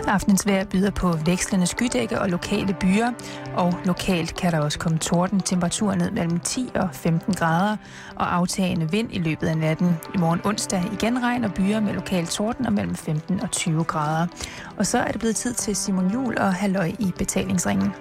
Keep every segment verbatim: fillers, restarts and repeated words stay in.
Aftens vejr byder på vekslende skydække og lokale byer, og lokalt kan der også komme torden. Temperaturen ned mellem ti og femten grader, og aftagende vind i løbet af natten. I morgen onsdag igen regn og byer med lokal torden og mellem femten og tyve grader. Og så er det blevet tid til Simon Juhl og halløj i betalingsringen.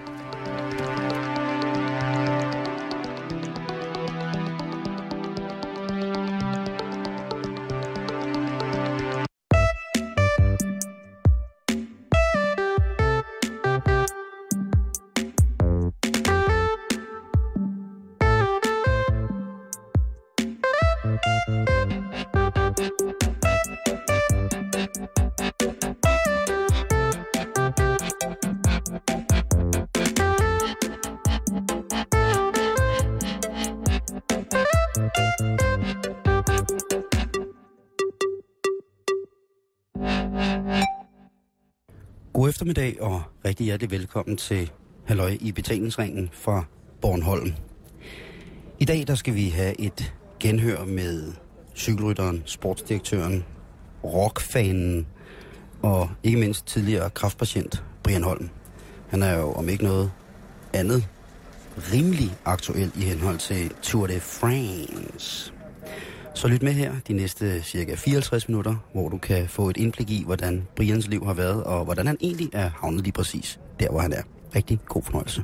God eftermiddag og rigtig hjertelig velkommen til halløj i betalingsringen fra Bornholm. I dag der skal vi have et genhør med cykelrytteren, sportsdirektøren, rockfanen og ikke mindst tidligere kræftpatient Brian Holm. Han er jo om ikke noget andet rimelig aktuel i henhold til Tour de France. Så lyt med her de næste cirka fireoghalvtreds minutter, hvor du kan få et indblik i, hvordan Brians liv har været, og hvordan han egentlig er havnet lige præcis der, hvor han er. Rigtig god fornøjelse.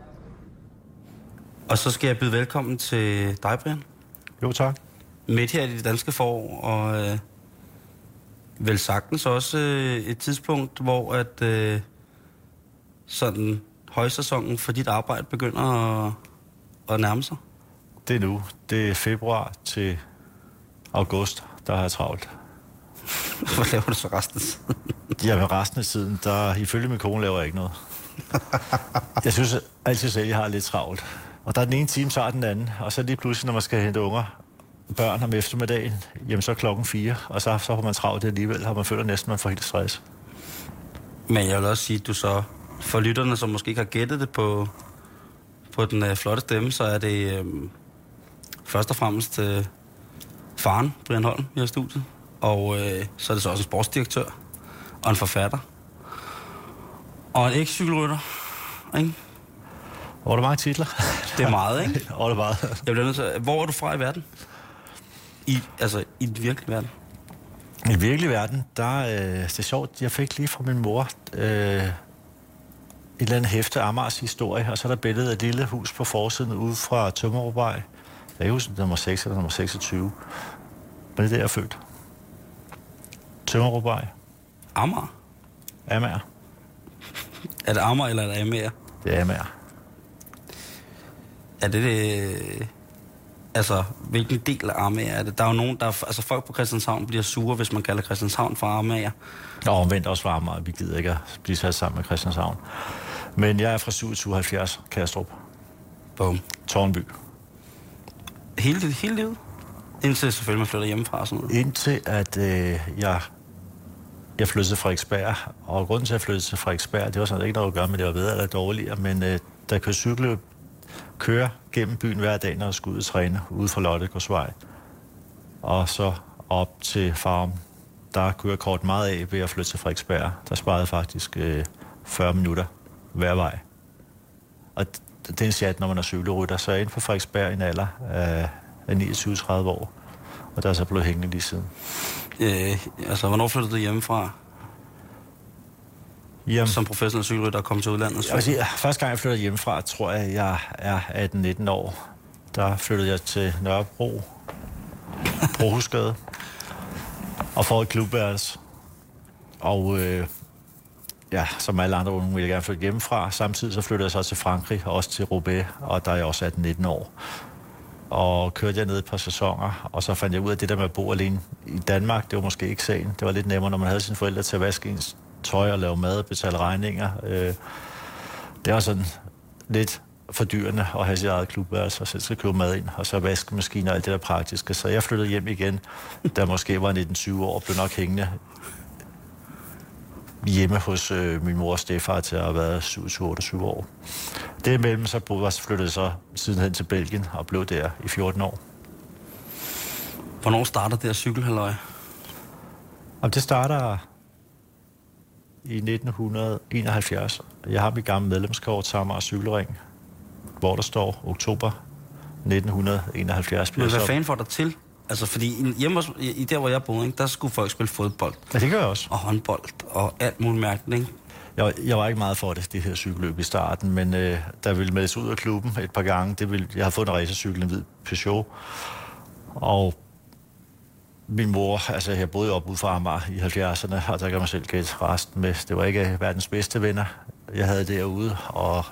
Og så skal jeg byde velkommen til dig, Brian. Jo, tak. Midt her i det danske forår, og øh, vel sagtens også øh, et tidspunkt, hvor at øh, sådan højsæsonen for dit arbejde begynder at, at nærme sig. Det er nu. Det er februar til august, der har jeg travlt. Hvad laver du så resten af tiden? Jamen resten af tiden, der ifølge min kone laver jeg ikke noget. Jeg synes altid selv, jeg har lidt travlt. Og der er den ene time, så er den anden. Og så lige pludselig, når man skal hente unger, børn om eftermiddagen, jamen så er klokken fire, og så, så får man travlt alligevel, og man føler næsten, man får helt stress. Men jeg vil også sige, at du så, for lytterne, som måske ikke har gættet det på, på den øh, flotte stemme, så er det øh, først og fremmest øh, faren, Brian Holm, i studiet. Og øh, så er det så også en sportsdirektør og en forfatter. Og en eks-cykelrytter, ikke? Hvor er der mange titler? Det er meget, ikke? Hvor er det meget? Jeg bliver nødt til, hvor er du fra i verden? I, altså, i den virkelige verden? I den virkelige verden, der øh, det er sjovt, jeg fik lige fra min mor øh, et eller andet hæfte Amagers historie, og så er der billedet af et lille hus på forsiden ude fra Tømmerupvej. Jeg kan huske, nummer seks eller nummer seksogtyve. Men det er der, jeg er født. Tømmerupvej. Amager? Amager. Er det Amager, eller er det Amager? Det er Amager. Er det det... Altså, hvilken del af Amager er det? Der er jo nogen, der... Altså, folk på Christianshavn bliver sure, hvis man kalder Christianshavn for Amager. Og omvendt også for Amager. Vi gider ikke at blive sat sammen med Christianshavn. Men jeg er fra syvoghalvfjerds, Kastrup. Bum. Tårnby. Hele, hele livet? Indtil selvfølgelig man flytter hjemmefra og sådan noget? Indtil at øh, jeg... Jeg flyttede til Frederiksberg, og grunden til at flytte til Frederiksberg, det var sådan, ikke noget at gøre med, det var bedre eller dårligere, men øh, da jeg kørte cykle, køre gennem byen hver dag, når jeg skulle ud og træne, ude fra Lottegårdsvej, og så op til Farum, der kunne jeg kort meget af ved at flytte til Frederiksberg. Der sparede jeg faktisk øh, fyrre minutter hver vej. Og det er en chat, når man er cykelrytter, så er jeg inde på Frederiksberg i en alder af, af niogtyve til tredive år, og der er så blevet hængende lige siden. Øh, altså, hvornår flyttede du hjemmefra? Jamen, som professionel cykelrytter og kom til udlandet? Jeg vil sige, første gang jeg flyttede hjemmefra, tror jeg, jeg er atten nitten år. Der flyttede jeg til Nørrebro, Brohusgade, og får et klubværelse. Og øh, ja, som alle andre unge ville jeg gerne flytte hjemmefra. Samtidig så flyttede jeg så til Frankrig, og også til Roubaix, og der er jeg også atten nitten år. Og kørte jeg ned et par sæsoner, og så fandt jeg ud af det der med at bo alene i Danmark. Det var måske ikke sagen. Det var lidt nemmere, når man havde sine forældre til at vaske ens tøj og lave mad og betale regninger. Det var sådan lidt fordyrende at have sit eget klubværelse, og så skal købe mad ind, og så vaskemaskiner og alt det der praktiske. Så jeg flyttede hjem igen, da måske var nitten tyve år, og blev nok hængende hjemme hos øh, min mor og stedfar til at have været syvogtyve otteogtyve år. Det imellem så flyttede jeg så sidenhen til Belgien og blev der i fjorten år. Hvornår starter det her cykelhalløj? Og det starter i nitten enoghalvfjerds. Jeg har mit gamle medlemskort til Amager Cykelring, hvor der står oktober nitten enoghalvfjerds. Men hvad fanden får dig til? Altså, fordi hjemme i der, hvor jeg boede, ikke, der skulle folk spille fodbold. Ja, det gør jeg også. Og håndbold og alt muligt mærkeligt, ikke? Jeg, jeg var ikke meget for det, det her cykelløb i starten, men øh, der ville meldes ud af klubben et par gange. Det ville, jeg har fået en racercykel, en hvid Peugeot, og min mor, altså jeg boede op ude fra Amager i halvfjerdserne, og der kan man selv gætte resten med. Det var ikke verdens bedste venner, jeg havde derude, og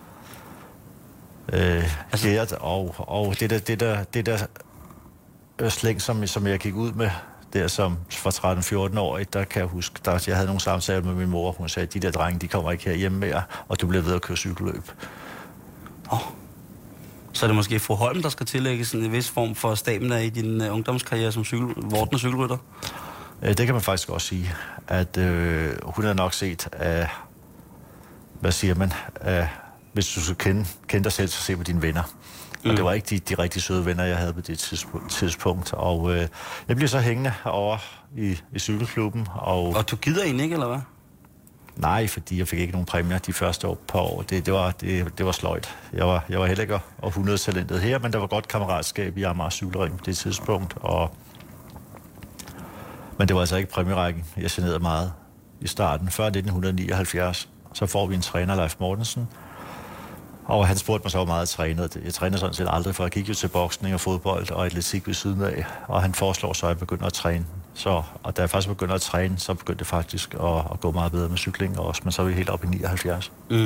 øh, altså, Gert, og, og det der, det der, det der slæng, som, som jeg gik ud med, der som for tretten fjorten år, der kan jeg huske, der, jeg havde nogle samtaler med min mor, hun sagde, de der drenge, de kommer ikke her hjemme mere, og du bliver ved at køre cykelløb. Oh. Så er det måske fru Holm, der skal tillægge sådan en vis form for stamina i din uh, ungdomskarriere som cykel, vortende cykelrytter? Det kan man faktisk også sige, at øh, hun har nok set af, hvad siger man, af, hvis du skal kende, kende dig selv, så se på dine venner. Mm. Og det var ikke de, de rigtig søde venner, jeg havde på det tidspunkt. Og øh, jeg blev så hængende over i, i cykelklubben. Og, og du gider egentlig ikke, eller hvad? Nej, fordi jeg fik ikke nogen præmier de første år på år. Det, det, var, det, det var sløjt. Jeg var, jeg var heller ikke hundrede talentet her, men der var godt kammeratskab i Amager Cykelring på det tidspunkt. Og, men det var altså ikke præmierækken. Jeg generede meget i starten. Før nitten nioghalvfjerds, så får vi en træner, Leif Mortensen. Og han spurgte mig så, hvor meget jeg trænede. Jeg trænede sådan set aldrig, for jeg gik jo til boksning og fodbold og atletik ved siden af. Og han foreslår så, at jeg begynder at træne. Så, og da jeg faktisk begynder at træne, så begyndte det faktisk at, at gå meget bedre med cykling også. Men så er vi helt oppe i nioghalvfjerds. Mm.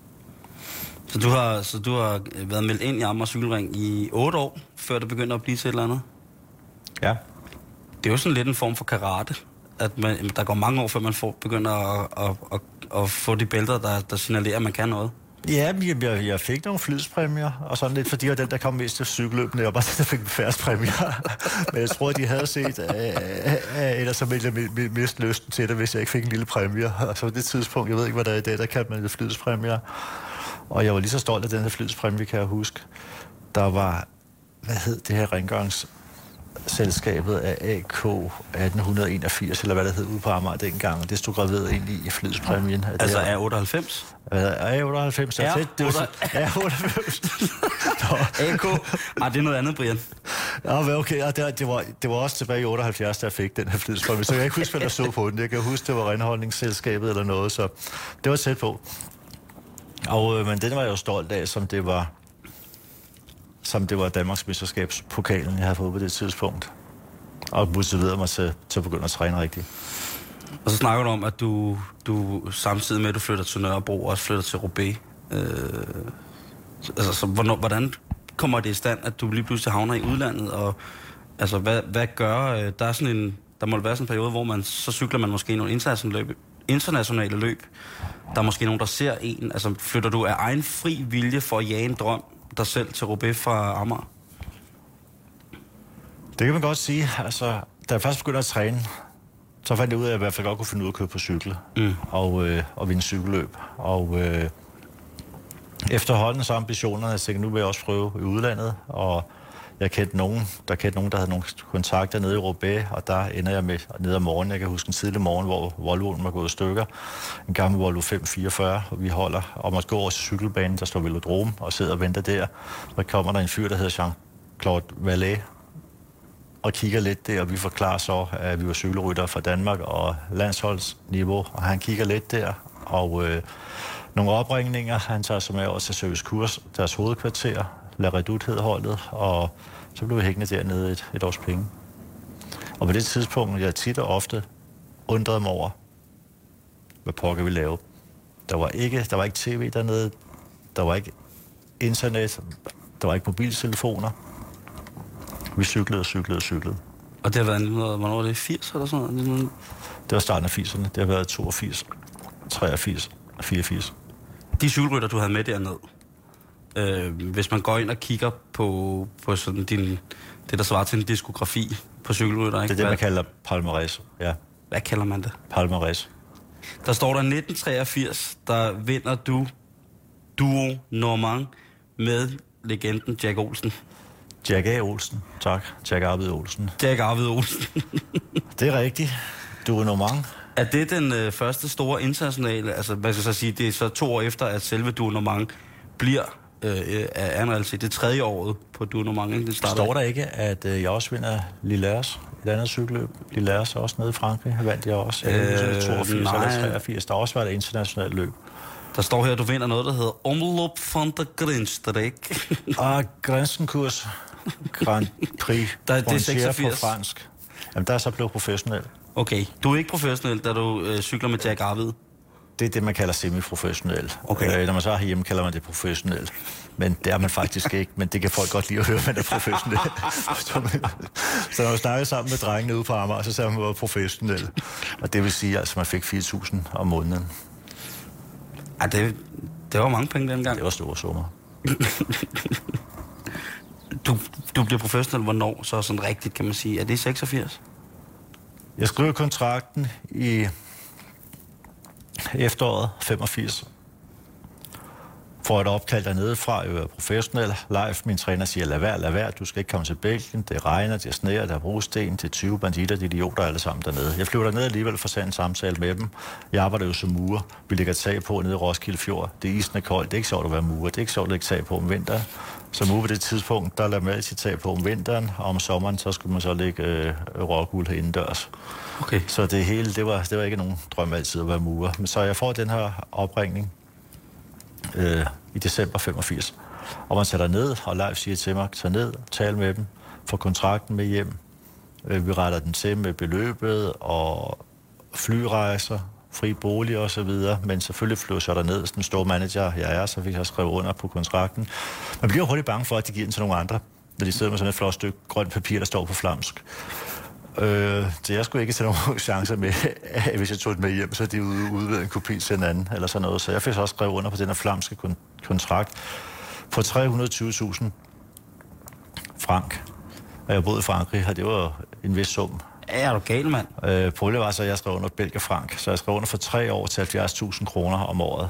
Så, du har, så du har været meldt ind i Amager Cykelring i otte år, før det begynder at blive til et eller andet? Ja. Det er jo sådan lidt en form for karate. At man, der går mange år, før man får, begynder at, at, at, at få de bælter, der, der signalerer, at man kan noget. Ja, jeg, jeg fik nogle flydspræmier, og sådan lidt, fordi jeg var den, der kom mest til cykelløbene, jeg var bare den, der fik færrest præmier. Men jeg tror, de havde set, øh, ellers så ville jeg miste lysten til det, hvis jeg ikke fik en lille præmie. Og så på det tidspunkt, jeg ved ikke, hvad der er i dag, der kan man flydspræmier. Og jeg var lige så stolt af den her flydspræmie, kan jeg huske. Der var, hvad hed det her rengørings... selskabet af A K atten enogfirs, eller hvad det hed, ude på Amager dengang, og det stod graveret ind i flydspræmien. Altså R otteoghalvfems? R otteoghalvfems, R otteoghalvfems. A K? Ah, det er noget andet, Brian. Ja, okay, ja, det, det, var, det var også tilbage i otteoghalvfjerds, der jeg fik den her flydspræmie, så jeg kan ikke huske, hvad der så på den. Jeg kan huske, det var renholdningsselskabet eller noget, så det var tæt på. Og, øh, men den var jeg jo stolt af, som det var som det var Danmarks mesterskabspokalen, jeg havde fået på det tidspunkt. Og motiverede mig til, til at begynde at træne rigtigt. Og så snakker du om, at du, du samtidig med, at du flytter til Nørrebro, også flytter til Roubaix. Øh, altså, så hvornår, hvordan kommer det i stand, at du lige pludselig havner i udlandet? Og altså, hvad, hvad gør... Der er sådan en... Der må være sådan en periode, hvor man... Så cykler man måske nogle internationale løb. Internationale løb. Der er måske nogen, der ser en. Altså, flytter du af egen fri vilje for at jage en drøm dig selv til Roubaix fra Amager? Det kan man godt sige. Altså, da jeg først begyndte at træne, så fandt jeg ud af, at jeg i hvert fald godt kunne finde ud af at køre på cykel. Mm. Og, øh, og vinde cykelløb. Og øh, efterhånden så ambitionerne, jeg tænkte, nu vil jeg også prøve i udlandet. Og jeg kendte nogen, der kendte nogen, der havde nogle kontakter nede i Roubaix, og der ender jeg med nede om morgenen. Jeg kan huske en tidlig morgen, hvor Volvoen var gået i stykker. En gammel Volvo fem fireogfyrre, og vi holder om at gå over til cykelbanen, der står velodrome, og sidder og venter der. Så kommer der en fyr, der hedder Jean-Claude Vallet, og kigger lidt der, og vi forklarer så, at vi var cykelryttere fra Danmark og landsholdsniveau, og han kigger lidt der, og øh, nogle opringninger. Han tager som er også til servicekurs, deres hovedkvarter, La Redoute hed holdet, og så blev vi hængende dernede et, et års penge. Og på det tidspunkt, jeg tit og ofte undrede mig over, hvad pokker vi lave. Der var ikke, der var ikke tv dernede, der var ikke internet, der var ikke mobiltelefoner. Vi cyklede og cyklede og cyklede. Og det har været, hvornår var det, firs eller sådan noget? Det var starten af firserne. Det har været toogfirs, treogfirs og fireogfirs. De cykelrytter, du havde med dernede, øh, hvis man går ind og kigger på, på sådan din, det, der svarer til en diskografi på cykelrytter, ikke? Det er det, man kalder palmarès, ja. Hvad kalder man det? Palmarès. Der står der nitten treogfirs, der vinder du Duo Normand med legenden Jack Olsen. Jack A. Olsen, tak. Jack Arvid Olsen. Jack Arvid Olsen. Det er rigtigt. Duo Normand. Er det den øh, første store internationale, altså man skal så sige, det er så to år efter, at selve Duonormand bliver øh, af en realitet. Det er tredje året på Duonormand. Det starter. Står der ikke, at øh, jeg også vinder Lillers, et andet cykelløb? Lillers også nede i Frankrig, vandt jeg også. Øh, toogfirs eller treogfirs. Der har også været et internationalt løb. Der står her, at du vinder noget, der hedder Omloop van der Grindstreek. Og Grænsenkurs Grand Prix. Der, det er seksogfirs. På fransk. Jamen, der er så blevet professionel. Okay. Du er ikke professionel, da du øh, cykler med Jack Arvid? Det er det, man kalder semi-professionel. Okay. Øh, når man så er herhjemme, kalder man det professionel. Men det er man faktisk ikke. Men det kan folk godt lide at høre, man er professionel. Så når man snakkede sammen med drengene ude på Amager, så sagde man, at man var professionel. Og det vil sige, at altså, man fik fire tusind om måneden. Ja, det, det var mange penge dengang. Det var store summer. du, du bliver professionel hvornår? Så sådan rigtigt, kan man sige. Er det seksogfirs? Jeg skrev kontrakten i efteråret femogfirs. For et opkald dernede fra, jeg var professionel. Live, min træner siger, lad være, lad være, du skal ikke komme til Belgien. Det regner, det sneer, der er brosten, det er tyve banditter, de idioter alle sammen dernede. Jeg flyver derned alligevel for at tage en samtale med dem. Jeg arbejder jo som murer. Vi lægger tag på nede i Roskilde Fjord. Det er isende koldt, det er ikke sjovt at være murer. Det er ikke sjovt at lægge tag på om vinteren. Så murer på det tidspunkt, der lader man altid tag på om vinteren, og om sommeren, så skulle man så lægge øh, råguld indendørs. Okay. Så det hele, det var, det var ikke nogen drøm altid at være murer. Men så jeg får den her opringning øh, i december femogfirs. Og man sætter ned, og Leif siger til mig, tag ned, tal med dem, få kontrakten med hjem. Øh, vi retter den til med beløbet og flyrejser, fri bolig og så videre, men selvfølgelig flyver så derned, sådan en stor manager, jeg er, så fik jeg skrevet under på kontrakten. Man bliver hurtigt bange for, at de giver den til nogle andre, når de sidder med sådan et flot stykke grønt papir, der står på flamsk. Øh, så jeg skulle ikke tage nogen chancer med, at hvis jeg tog det med hjem, så er de ude udvide en kopi til en anden, eller sådan noget. Så jeg fik så også skrevet under på den her flamske kon- kontrakt på tre hundrede og tyve tusind frank. Og jeg boede i Frankrig, og det var en vis sum. Ja, er du gal, mand? Øh, Problemet var så, at jeg skrev under Belgier frank, så jeg skrev under for tre år til halvfjerds tusind kroner om året.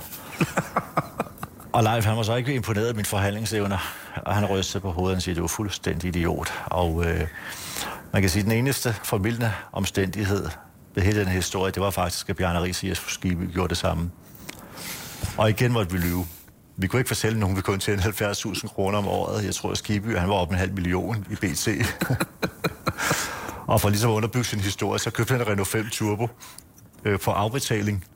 Og Leif, han var så ikke imponeret af mine forhandlingsevner, og han rystede på hovedet og siger, at det var fuldstændig idiot. Og øh, man kan sige, at den eneste formildende omstændighed ved hele den historie, det var faktisk, at Bjarne Riis og Jesper Skibby gjorde det samme. Og igen måtte vi lyve. Vi kunne ikke fortælle nogen, vi kunne tjene halvfjerds tusind kroner om året. Jeg tror, at Skibby, han var oppe en halv million i B T. Og for ligesom at underbygge sin historie, så købte han en Renault fem Turbo øh, på afbetaling.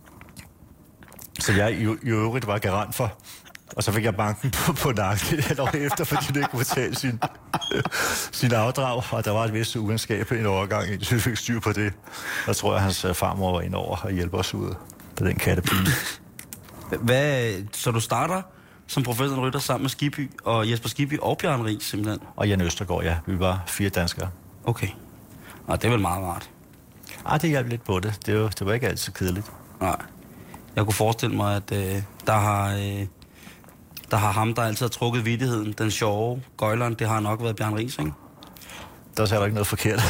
Så jeg i, i øvrigt var garant for. Og så fik jeg banken på, på nakken et år efter, fordi det ikke kunne betale sin, øh, sin afdrag. Og der var et vist uvenskab en overgang, indtil vi fik styr på det. Og så tror jeg, at hans farmor var ind over og hjælpe os ud på den kattepine. Hvad, så du starter som professionel rytter sammen med Skibby og Jesper Skibby og Bjarne Riis simpelthen? Og Jan Østergaard, ja. Vi var fire danskere. Okay. Og det er vel meget rart? Ah, det hjalp lidt på det. Det var, det var ikke altid kedeligt. Nej. Jeg kunne forestille mig, at øh, der har... Øh, der har ham, der altid har trukket vittigheden, den sjove gøjleren, det har nok været Bjarne Riis, ikke? Der er der ikke noget forkert.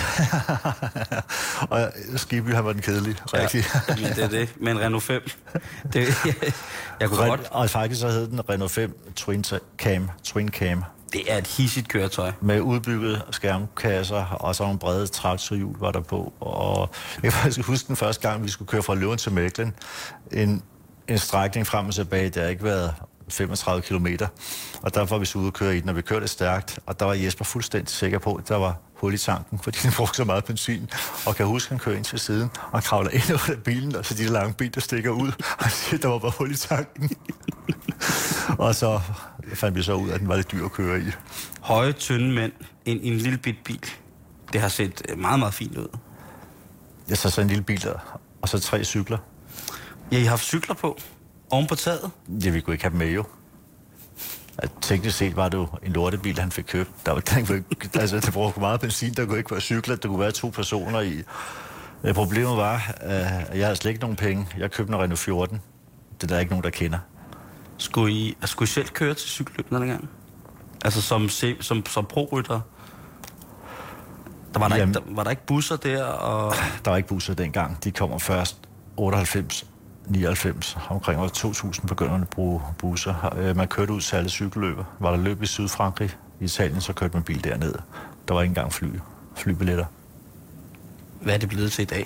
Og Skibby, han var den kedelige, rigtig. Ja, men det er det. Med en Renault fem. Det, jeg, jeg kunne Ren, godt... Og faktisk så hed den Renault fem Twin Cam. Twin Cam. Det er et hissigt køretøj. Med udbygget skærmkasser, og så nogle brede traktorhjul var der på. Og jeg kan faktisk huske den første gang, vi skulle køre fra Løven til Mechelen. En, en strækning frem og tilbage, det har ikke været femogtredive kilometer. Og der var vi så ude at køre i den, og vi kørte stærkt. Og der var Jesper fuldstændig sikker på, at der var hul i tanken, fordi den brugte så meget benzin. Og kan huske, han kører ind til siden, og kravler ind under bilen, og så de lange ben, der stikker ud. Og siger, der var bare hul i tanken. Og så fandt vi så ud af, at den var lidt dyr at køre i. Høje, tynde mænd i en, en lille bit bil. Det har set meget, meget fint ud. Ja, så så en lille bil der, og så tre cykler. Ja, I har haft cykler på? Oven på taget? Ja, vi kunne ikke have dem med jo. Altså, teknisk set var det jo en lortebil, han fik købt. Der var, der, altså, det brugte meget benzin, der kunne ikke være cykler, der kunne være to personer i. Det problemet var, at jeg havde slet ikke nogen penge. Jeg købte en Renault fjorten. Det er der ikke nogen, der kender. Skulle I, skulle I selv køre til cykelløb den gang? Altså som, som, som pro-rytter? Der var, der ikke, der, var der ikke busser der? Og... Der var ikke busser dengang. De kommer først otteoghalvfems, nioghalvfems. Omkring år to tusind begynder man at bruge busser. Man kørte ud til alle cykelløber. Var der løb i Sydfrankrig, i Italien, så kørte man bil derned. Der var ikke engang fly, flybilletter. Hvad er det blevet til i dag?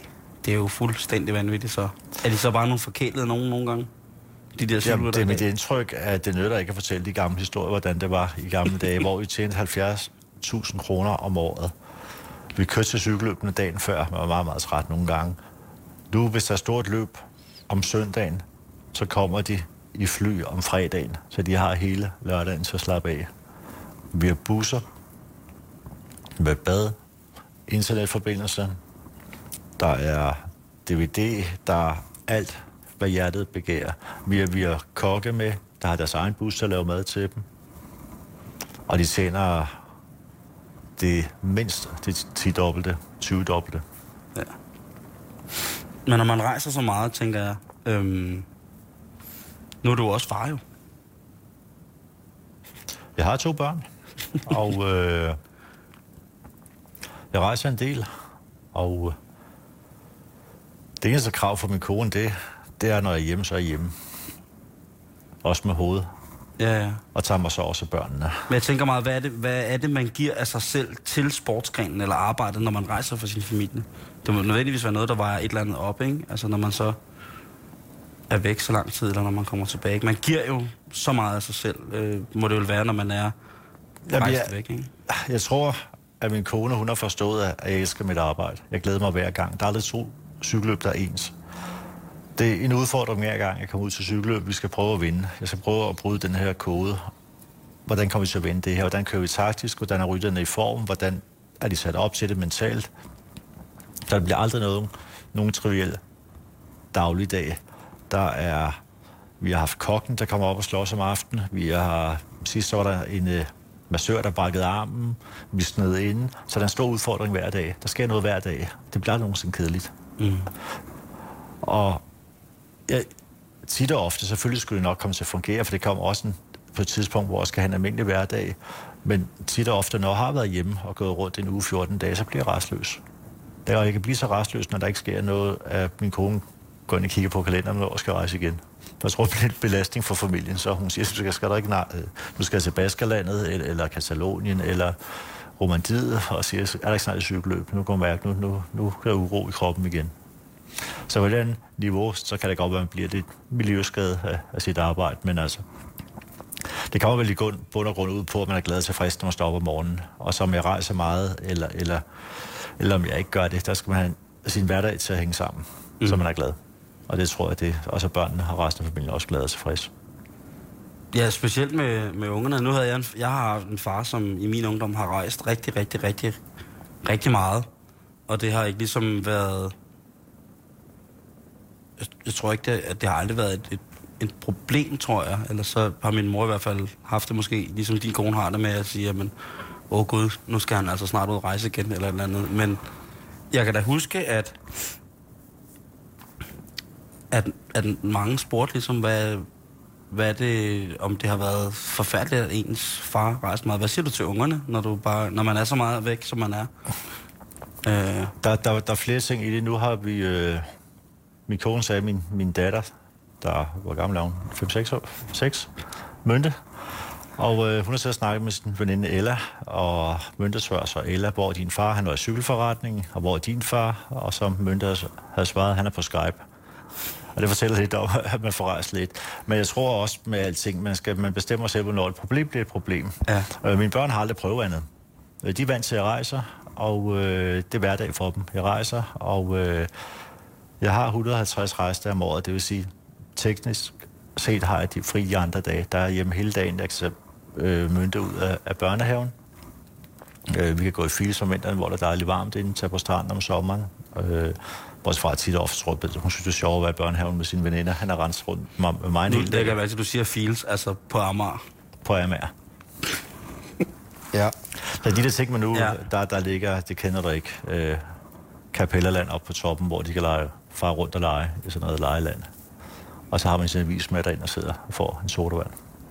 Det er jo fuldstændig vanvittigt, så. Er de så bare nogle forkælede nogen nogle gange? De der Jamen, det er mit indtryk, at det nytter ikke at fortælle de gamle historier, hvordan det var i gamle dage, hvor vi tjente halvfjerds tusind kroner om året. Vi kørte til cykelløbene dagen før, man var meget, meget træt nogle gange. Nu, hvis der er stort løb om søndagen, så kommer de i fly om fredagen, så de har hele lørdagen til at slappe af. Vi har busser, med bad, internetforbindelse, der er D V D, der er alt, hvad hjertet begærer. Vi har, vi har kokke med, der har deres egen bus til at lave mad til dem. Og de tjener det mindst det ti-dobbelte, tyve-dobbelte. Ja. Men når man rejser så meget, tænker jeg, øhm, nu er du også far jo. Jeg har to børn, og øh, jeg rejser en del, og det eneste krav for min kone, det, det er, når jeg er hjemme, så er jeg hjemme. Også med hovedet. Ja, ja. Og tager mig så også børnene. Men jeg tænker meget, hvad er, det, hvad er det, man giver af sig selv til sportsgrenen eller arbejdet, når man rejser for sin familie? Det må nødvendigvis være noget, der vejer et eller andet op, ikke? Altså når man så er væk så lang tid, eller når man kommer tilbage. Man giver jo så meget af sig selv, øh, må det vel være, når man er rejst jeg, væk, ikke? Jeg tror, at min kone, hun har forstået, at jeg elsker mit arbejde. Jeg glæder mig hver gang. Der er aldrig to cykelløb, der er ens. Det er en udfordring hver gang, jeg kommer ud til cykelløb. Vi skal prøve at vinde. Jeg skal prøve at bryde den her kode. Hvordan kommer vi til at vinde det her? Hvordan kører vi taktisk? Hvordan er rytterne i form? Hvordan er de sat op til det mentalt? Der bliver aldrig noget, nogen triviel dagligdag. Der er, vi har haft kokken, der kommer op og slås om aftenen. Vi har, sidst så var der en uh, massør, der brækkede armen. Vi sned inde. Så der er en stor udfordring hver dag. Der sker noget hver dag. Det bliver aldrig nogensinde kedeligt. Mm. Og ja, tit og ofte, selvfølgelig skulle det nok komme til at fungere, for det kommer også en, på et tidspunkt, hvor jeg skal have en almindelig hverdag. Men tit og ofte, når jeg har været hjemme og gået rundt en uge fjorten dage, så bliver jeg restløs. Der jeg kan blive så restløs, når der ikke sker noget, at min kone går ind og kigger på kalenderen, og skal rejse igen. Jeg tror, det bliver en belastning for familien, så hun siger, skal, skal der ikke nej, nu skal jeg til Baskerlandet, eller, eller Katalonien, eller Romandiet, og siger, er der ikke snart et cykelløb? Nu går jeg mærke, nu, nu, nu er der uro i kroppen igen. Så på den niveau, så kan det godt være, at man bliver lidt miljøskadet af, af sit arbejde, men altså, det kommer vel i bund og grund ud på, at man er glad og tilfreds, når man står op om morgenen. Og så om jeg rejser meget, eller, eller, eller om jeg ikke gør det, der skal man have sin hverdag til at hænge sammen, mm. så man er glad. Og det tror jeg, det også børnene og resten af familien også glad og tilfreds. Ja, specielt med, med ungerne. Nu havde jeg en, jeg har en far, som i min ungdom har rejst rigtig, rigtig, rigtig, rigtig meget. Og det har ikke ligesom været... Jeg, jeg tror ikke, det, at det har aldrig været et, et, et problem, tror jeg. Eller så har min mor i hvert fald haft det måske, ligesom din kone har det med at sige, jamen, åh gud, nu skal han altså snart ud og rejse igen, eller et eller andet. Men jeg kan da huske, at at, at mange spurgte ligesom, hvad, hvad det, om det har været forfærdeligt, at ens far rejste meget. Hvad siger du til ungerne, når, du bare, når man er så meget væk, som man er? Øh. Der, der, der er flere ting i det. Nu har vi... Øh, min kone sagde, min, min datter, der var gammel af hun, fem seks år, seks, Mønte. Og øh, hun har så snakket med sin veninde Ella, og Mønte spørger så Ella, hvor din far, han var i cykelforretning, og hvor er din far? Og så Mønte havde svaret, han er på Skype. Og det fortæller lidt om, at man får rejst lidt. Men jeg tror også med alting, man skal man bestemmer selv, hvornår et problem bliver et problem. Ja. Øh, mine børn har aldrig prøvet andet. De er vant til at rejse, og øh, det er hverdag for dem. Jeg rejser, og øh, jeg har et hundrede og halvtreds rejsedage om året. Det vil sige, teknisk set har jeg de fri de andre dage. Der er hjemme hele dagen, jeg kan øh, Mønte ud af, af børnehaven. Øh, vi kan gå i Fields om vinteren, hvor der er dejligt varmt inden, tage på stranden om sommeren. Øh, Vores far tit ofte tror, at hun synes, det er sjovt at være i børnehaven med sine veninder. Han har renset rundt med mig en hel dag. Det kan være, at du siger Fields, altså på Amager. På Amager. Ja. Så de der ting, man nu, ja. der, der ligger, det kender du ikke, øh, Kapellerland op på toppen, hvor de kan lege, far rundt og lege i sådan noget lejeland. Og så har man sin avis med derind og sidder og får en sodavand.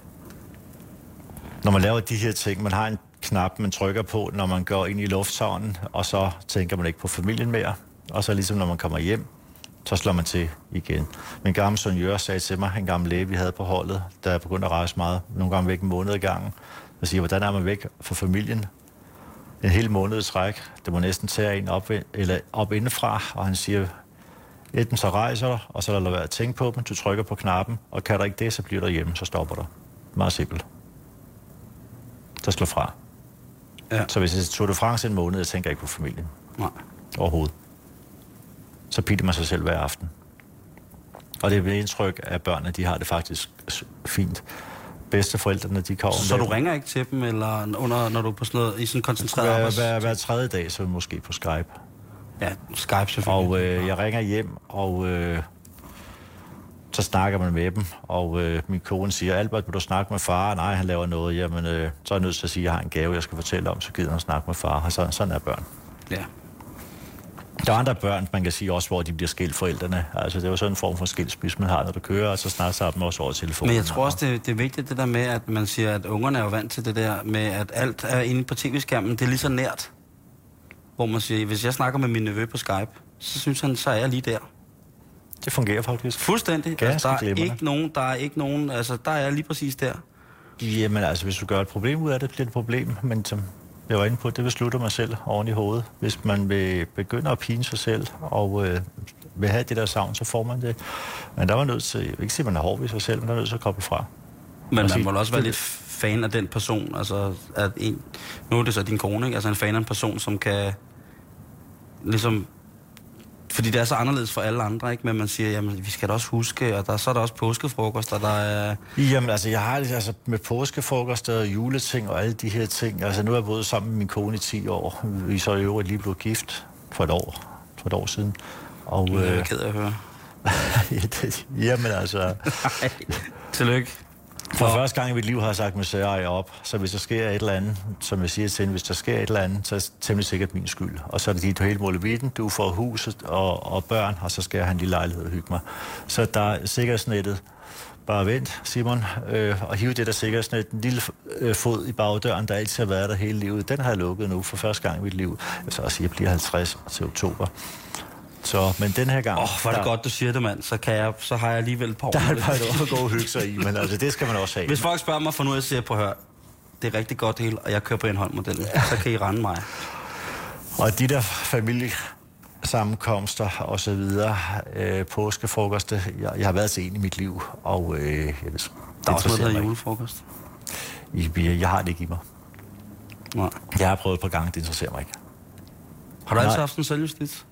Når man laver de her ting, man har en knap, man trykker på, når man går ind i lufthavnen, og så tænker man ikke på familien mere. Og så ligesom når man kommer hjem, så slår man til igen. Min gamle sonjør sagde til mig, en gammel læge, vi havde på holdet, der er begyndt at rejse meget, nogle gange væk en måned i gangen, og siger, hvordan er man væk fra familien? En hel måned i træk. Det må næsten tage en op, eller op indefra, og han siger, Enten så rejser dig, og så lader du være at tænke på dem, du trykker på knappen, og kan der ikke det, så bliver du hjemme, så stopper du. Meget simpelt. Så slå fra. Ja. Så hvis jeg tog det France en måned, jeg tænker ikke på familien. Nej. Overhovedet. Så pitter man sig selv hver aften. Og det er mit indtryk af børnene, de har det faktisk fint. Bedsteforældrene, de kommer. Så, så du ringer ikke til dem, eller under, når du er på sådan noget, i sådan en koncentreret hver, arbejds... hver, hver tredje dag, så er vi måske på Skype. Ja, Skype selvfølgelig. Og øh, jeg ringer hjem, og øh, så snakker man med dem, og øh, min kone siger, Albert, vil du snakke med far? Nej, han laver noget. Jamen, øh, så er jeg nødt til at sige, at jeg har en gave, jeg skal fortælle om, så gider han snakke med far. Og så, sådan er børn. Ja. Der er andre børn, man kan sige også, hvor de bliver skilt forældrene. Altså, det er jo sådan en form for skilsmisse, man har, når du kører, og så snart så dem også over telefonen. Men jeg tror også, det, det er vigtigt, det der med, at man siger, at ungerne er jo vant til det der med, at alt er inde på tv-skærmen. Det er lige så nært. Hvor man siger, hvis jeg snakker med min nevø på Skype, så synes han, så er jeg lige der. Det fungerer faktisk. Fuldstændig. Altså, der, er ikke nogen, der er ikke nogen, altså der er jeg lige præcis der. Jamen altså, hvis du gør et problem ud af det, bliver det et problem, men som jeg var inde på, det beslutter man selv oven i hovedet. Hvis man vil begynde at pine sig selv, og øh, vil have det der savn, så får man det. Men der var nødt til, jeg vil ikke sige, at man er hård ved sig selv, men der er nødt til at koble fra. Men man sige, må også være lidt fan af den person, altså at en, nu er det så din kone, ikke? Altså en fan af en person, som kan ligesom, fordi det er så anderledes for alle andre, ikke? Men man siger, jamen vi skal da også huske, og der, så er der også påskefrokoster, der er... Jamen altså, jeg har det altså med påskefrokoster og juleting og alle de her ting. Altså nu er jeg boet sammen med min kone i ti år. Vi så i øvrigt lige blev gift for et år, for et år siden. Og, jeg er øh... ked af at høre. Jamen altså... Tillykke. For og... første gang i mit liv har jeg sagt mig sære op, så hvis der sker et eller andet, som jeg siger til hende, hvis der sker et eller andet, så er det temmelig sikkert min skyld. Og så er det dit hele målevitten, du får huset og, og børn, og så skal jeg have en lille lejlighed og hygge mig. Så der er sikkerhedsnettet. Bare vent, Simon, øh, og hive det der sikkerhedsnet, en lille øh, fod i bagdøren, der altid har været der hele livet. Den har jeg lukket nu for første gang i mit liv. Jeg vil så også sige, at jeg bliver halvtreds til oktober. Så, men den her gang... Åh, oh, hvor er det der, godt, du siger det, mand. Så, kan jeg, så har jeg alligevel et par år. Der er bare noget at gå og hygge sig i, men altså, det skal man også have. Hvis folk spørger mig for nu, jeg siger på hør, det er rigtig godt det hele, og jeg kører på Enholm-modellen, ja. Så kan I rende mig. Og de der familiesammenkomster og så videre, øh, påskefrokoster, jeg, jeg har været til en i mit liv, og... Øh, jeg ved, der er også noget, der hedder julefrokost. Jeg, jeg har det ikke i mig. Nej. Jeg har prøvet et par gange, det interesserer mig ikke. Har du altid haft en selvjustits?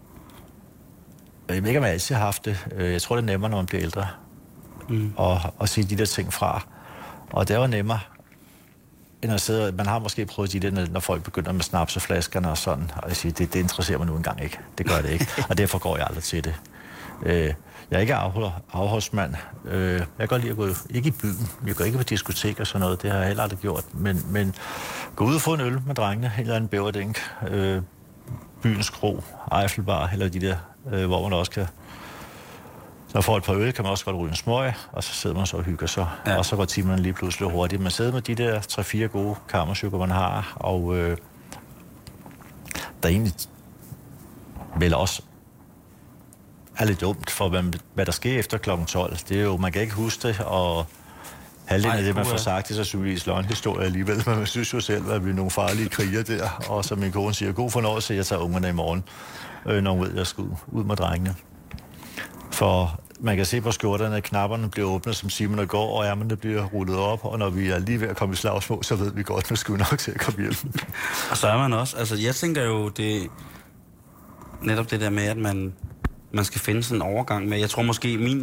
Jeg ved ikke, om jeg altid har haft det. Jeg tror, det er nemmere, når man bliver ældre. Mm. Og, og sige de der ting fra. Og det var nemmere, end at sidde... Man har måske prøvet de der, når folk begynder med snapseflaskerne og sådan. Og jeg siger, det, det interesserer mig nu engang ikke. Det gør det ikke. Og derfor går jeg aldrig til det. Jeg er ikke afholdsmand. Jeg kan godt lide at gå... Ikke i byen. Jeg går ikke på diskotek og sådan noget. Det har jeg heller aldrig gjort. Men, men gå ud og få en øl med drengene. En eller anden bæverdænk. Byens Kro, Eiffelbar, eller de der, øh, hvor man også kan... Så når får et par øl, kan man også godt ryge en smøg, og så sidder man så og hygger sig. Ja. Og så går timerne lige pludselig hurtigt. Man sidder med de der tre-fire gode kammersykker, man har, og øh, der er egentlig vel også er lidt dumt for, hvad, hvad der sker efter klokken tolv. Det er jo, man kan ikke huske det, og halvdelen af det, man får sagt, det er så selvfølgelig løgnhistorie alligevel, men man synes jo selv, at vi er nogle farlige kriger der. Og som min kone siger, god fornøjelse, jeg tager ungerne i morgen, øh, når hun ved, jeg skal ud, ud med drengene. For man kan se på skjorterne, at knapperne bliver åbnet, som Simon går, og ærmerne bliver rullet op, og når vi er lige ved at komme i slagsmål, så ved vi godt, nu skal vi nok til at komme hjem. Og så er man også, altså jeg tænker jo, det netop det der med, at man, man skal finde sådan en overgang med, jeg tror måske min...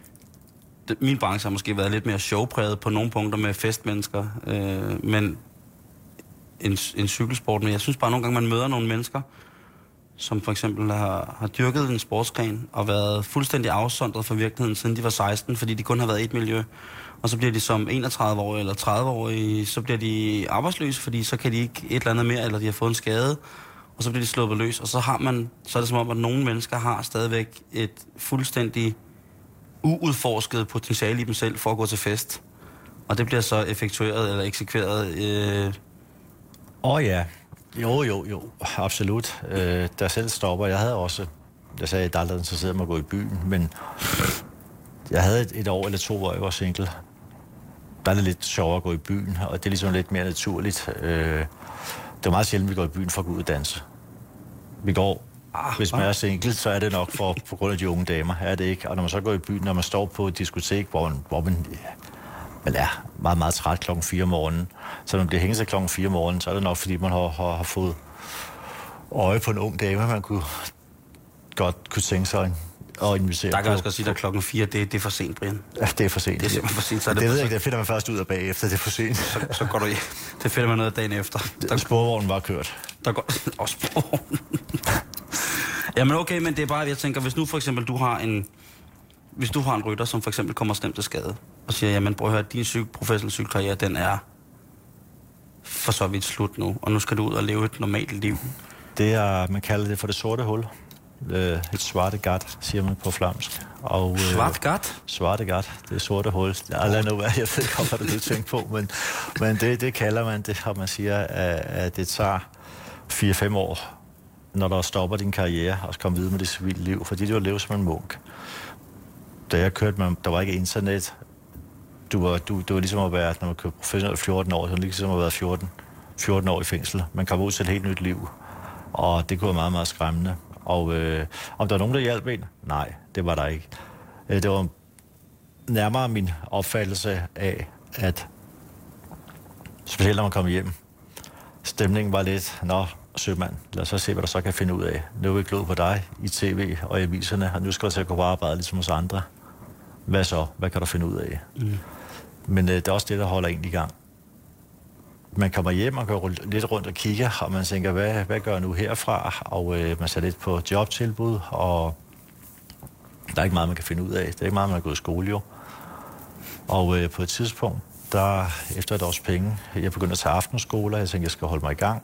Min branche har måske været lidt mere showpræget på nogle punkter med festmennesker, øh, men en, en cykelsport. Men jeg synes bare nogle gange, man møder nogle mennesker, som for eksempel har, har dyrket en sportsgren og været fuldstændig afsondret fra virkeligheden, siden de var seksten, fordi de kun har været i et miljø. Og så bliver de som enogtredive-årige eller tredive-årige, så bliver de arbejdsløse, fordi så kan de ikke et eller andet mere, eller de har fået en skade, og så bliver de sluppet løs. Og så har man, så er det som om, at nogle mennesker har stadigvæk et fuldstændig uudforsket potentiale i dem selv for at gå til fest. Og det bliver så effektueret eller eksekveret. Åh øh... oh, ja. Jo, jo, jo. Absolut. Øh, der selv stopper. Jeg havde også... Jeg sagde, at jeg aldrig interesseret mig at gå i byen, men jeg havde et, et år eller to, hvor jeg var single. Der er det lidt sjovere at gå i byen, og det er ligesom lidt mere naturligt. Øh, det er meget sjældent, vi går i byen for at gå ud og danse. Vi går Ah, Hvis man ah. er single, så er det nok for, på grund af de unge damer, er det ikke? Og når man så går i byen, når man står på et diskotek, hvor man, hvor man, man er meget, meget træt klokken fire om morgenen, så når man bliver hængt sig klokken fire om morgenen, så er det nok, fordi man har, har, har fået øje på en ung dame, man kunne godt kunne tænke sig og invitere. Der kan jeg også sige, at klokken fire, det, det er for sent, Brian. Ja, det er for sent. Det er simpelthen for sent. Så er det, det ved jeg ikke, det finder man først ud af bagefter, det er for sent. Så, så går du i. Det finder man noget dagen efter. Der, sporvognen var kørt. Der går også sporvognen. Jamen okay, men det er bare, jeg tænker, hvis nu for eksempel du har en, hvis du har en rytter, som for eksempel kommer slemt til skade, og siger, jamen prøv at høre, din cykel, professionelle cykelkarriere, den er for så vidt slut nu, og nu skal du ud og leve et normalt liv. Det er, man kalder det for det sorte hul. Et svarte gat, siger man på flamsk. Og, svart gat? Øh, svarte gat, det er sorte hul. Jeg lader nu være, jeg ved ikke, hvad du tænker på, men, men det, det kalder man det, og man siger, at, at det tager fire fem år, når der stopper din karriere, og komme videre med det civile liv, fordi det var at leve som en munk. Da jeg kørte med, der var ikke internet. Du var, du, det var ligesom at være, når man kørte professionelt fjorten år, så var det ligesom at være fjorten, fjorten år i fængsel. Man kom ud til et helt nyt liv, og det kunne være meget, meget skræmmende. Og øh, om der var nogen, der hjalp en? Nej, det var der ikke. Øh, det var nærmere min opfattelse af, at specielt når man kom hjem, stemningen var lidt, nå, sømand, lad os så se, hvad der så kan finde ud af. Nu er vi glod på dig i tv og i aviserne, og nu skal du til at gå på arbejde ligesom hos andre. Hvad så? Hvad kan du finde ud af? Mm. Men øh, det er også det, der holder en i gang. Man kommer hjem og går lidt rundt og kigger, og man tænker, hvad, hvad gør jeg nu herfra? Og øh, man ser lidt på jobtilbud, og der er ikke meget, man kan finde ud af. Det er ikke meget, man har gået i skole jo. Og øh, på et tidspunkt, der efter et års penge, jeg begyndte at tage aftenskoler, jeg tænkte, jeg skal holde mig i gang.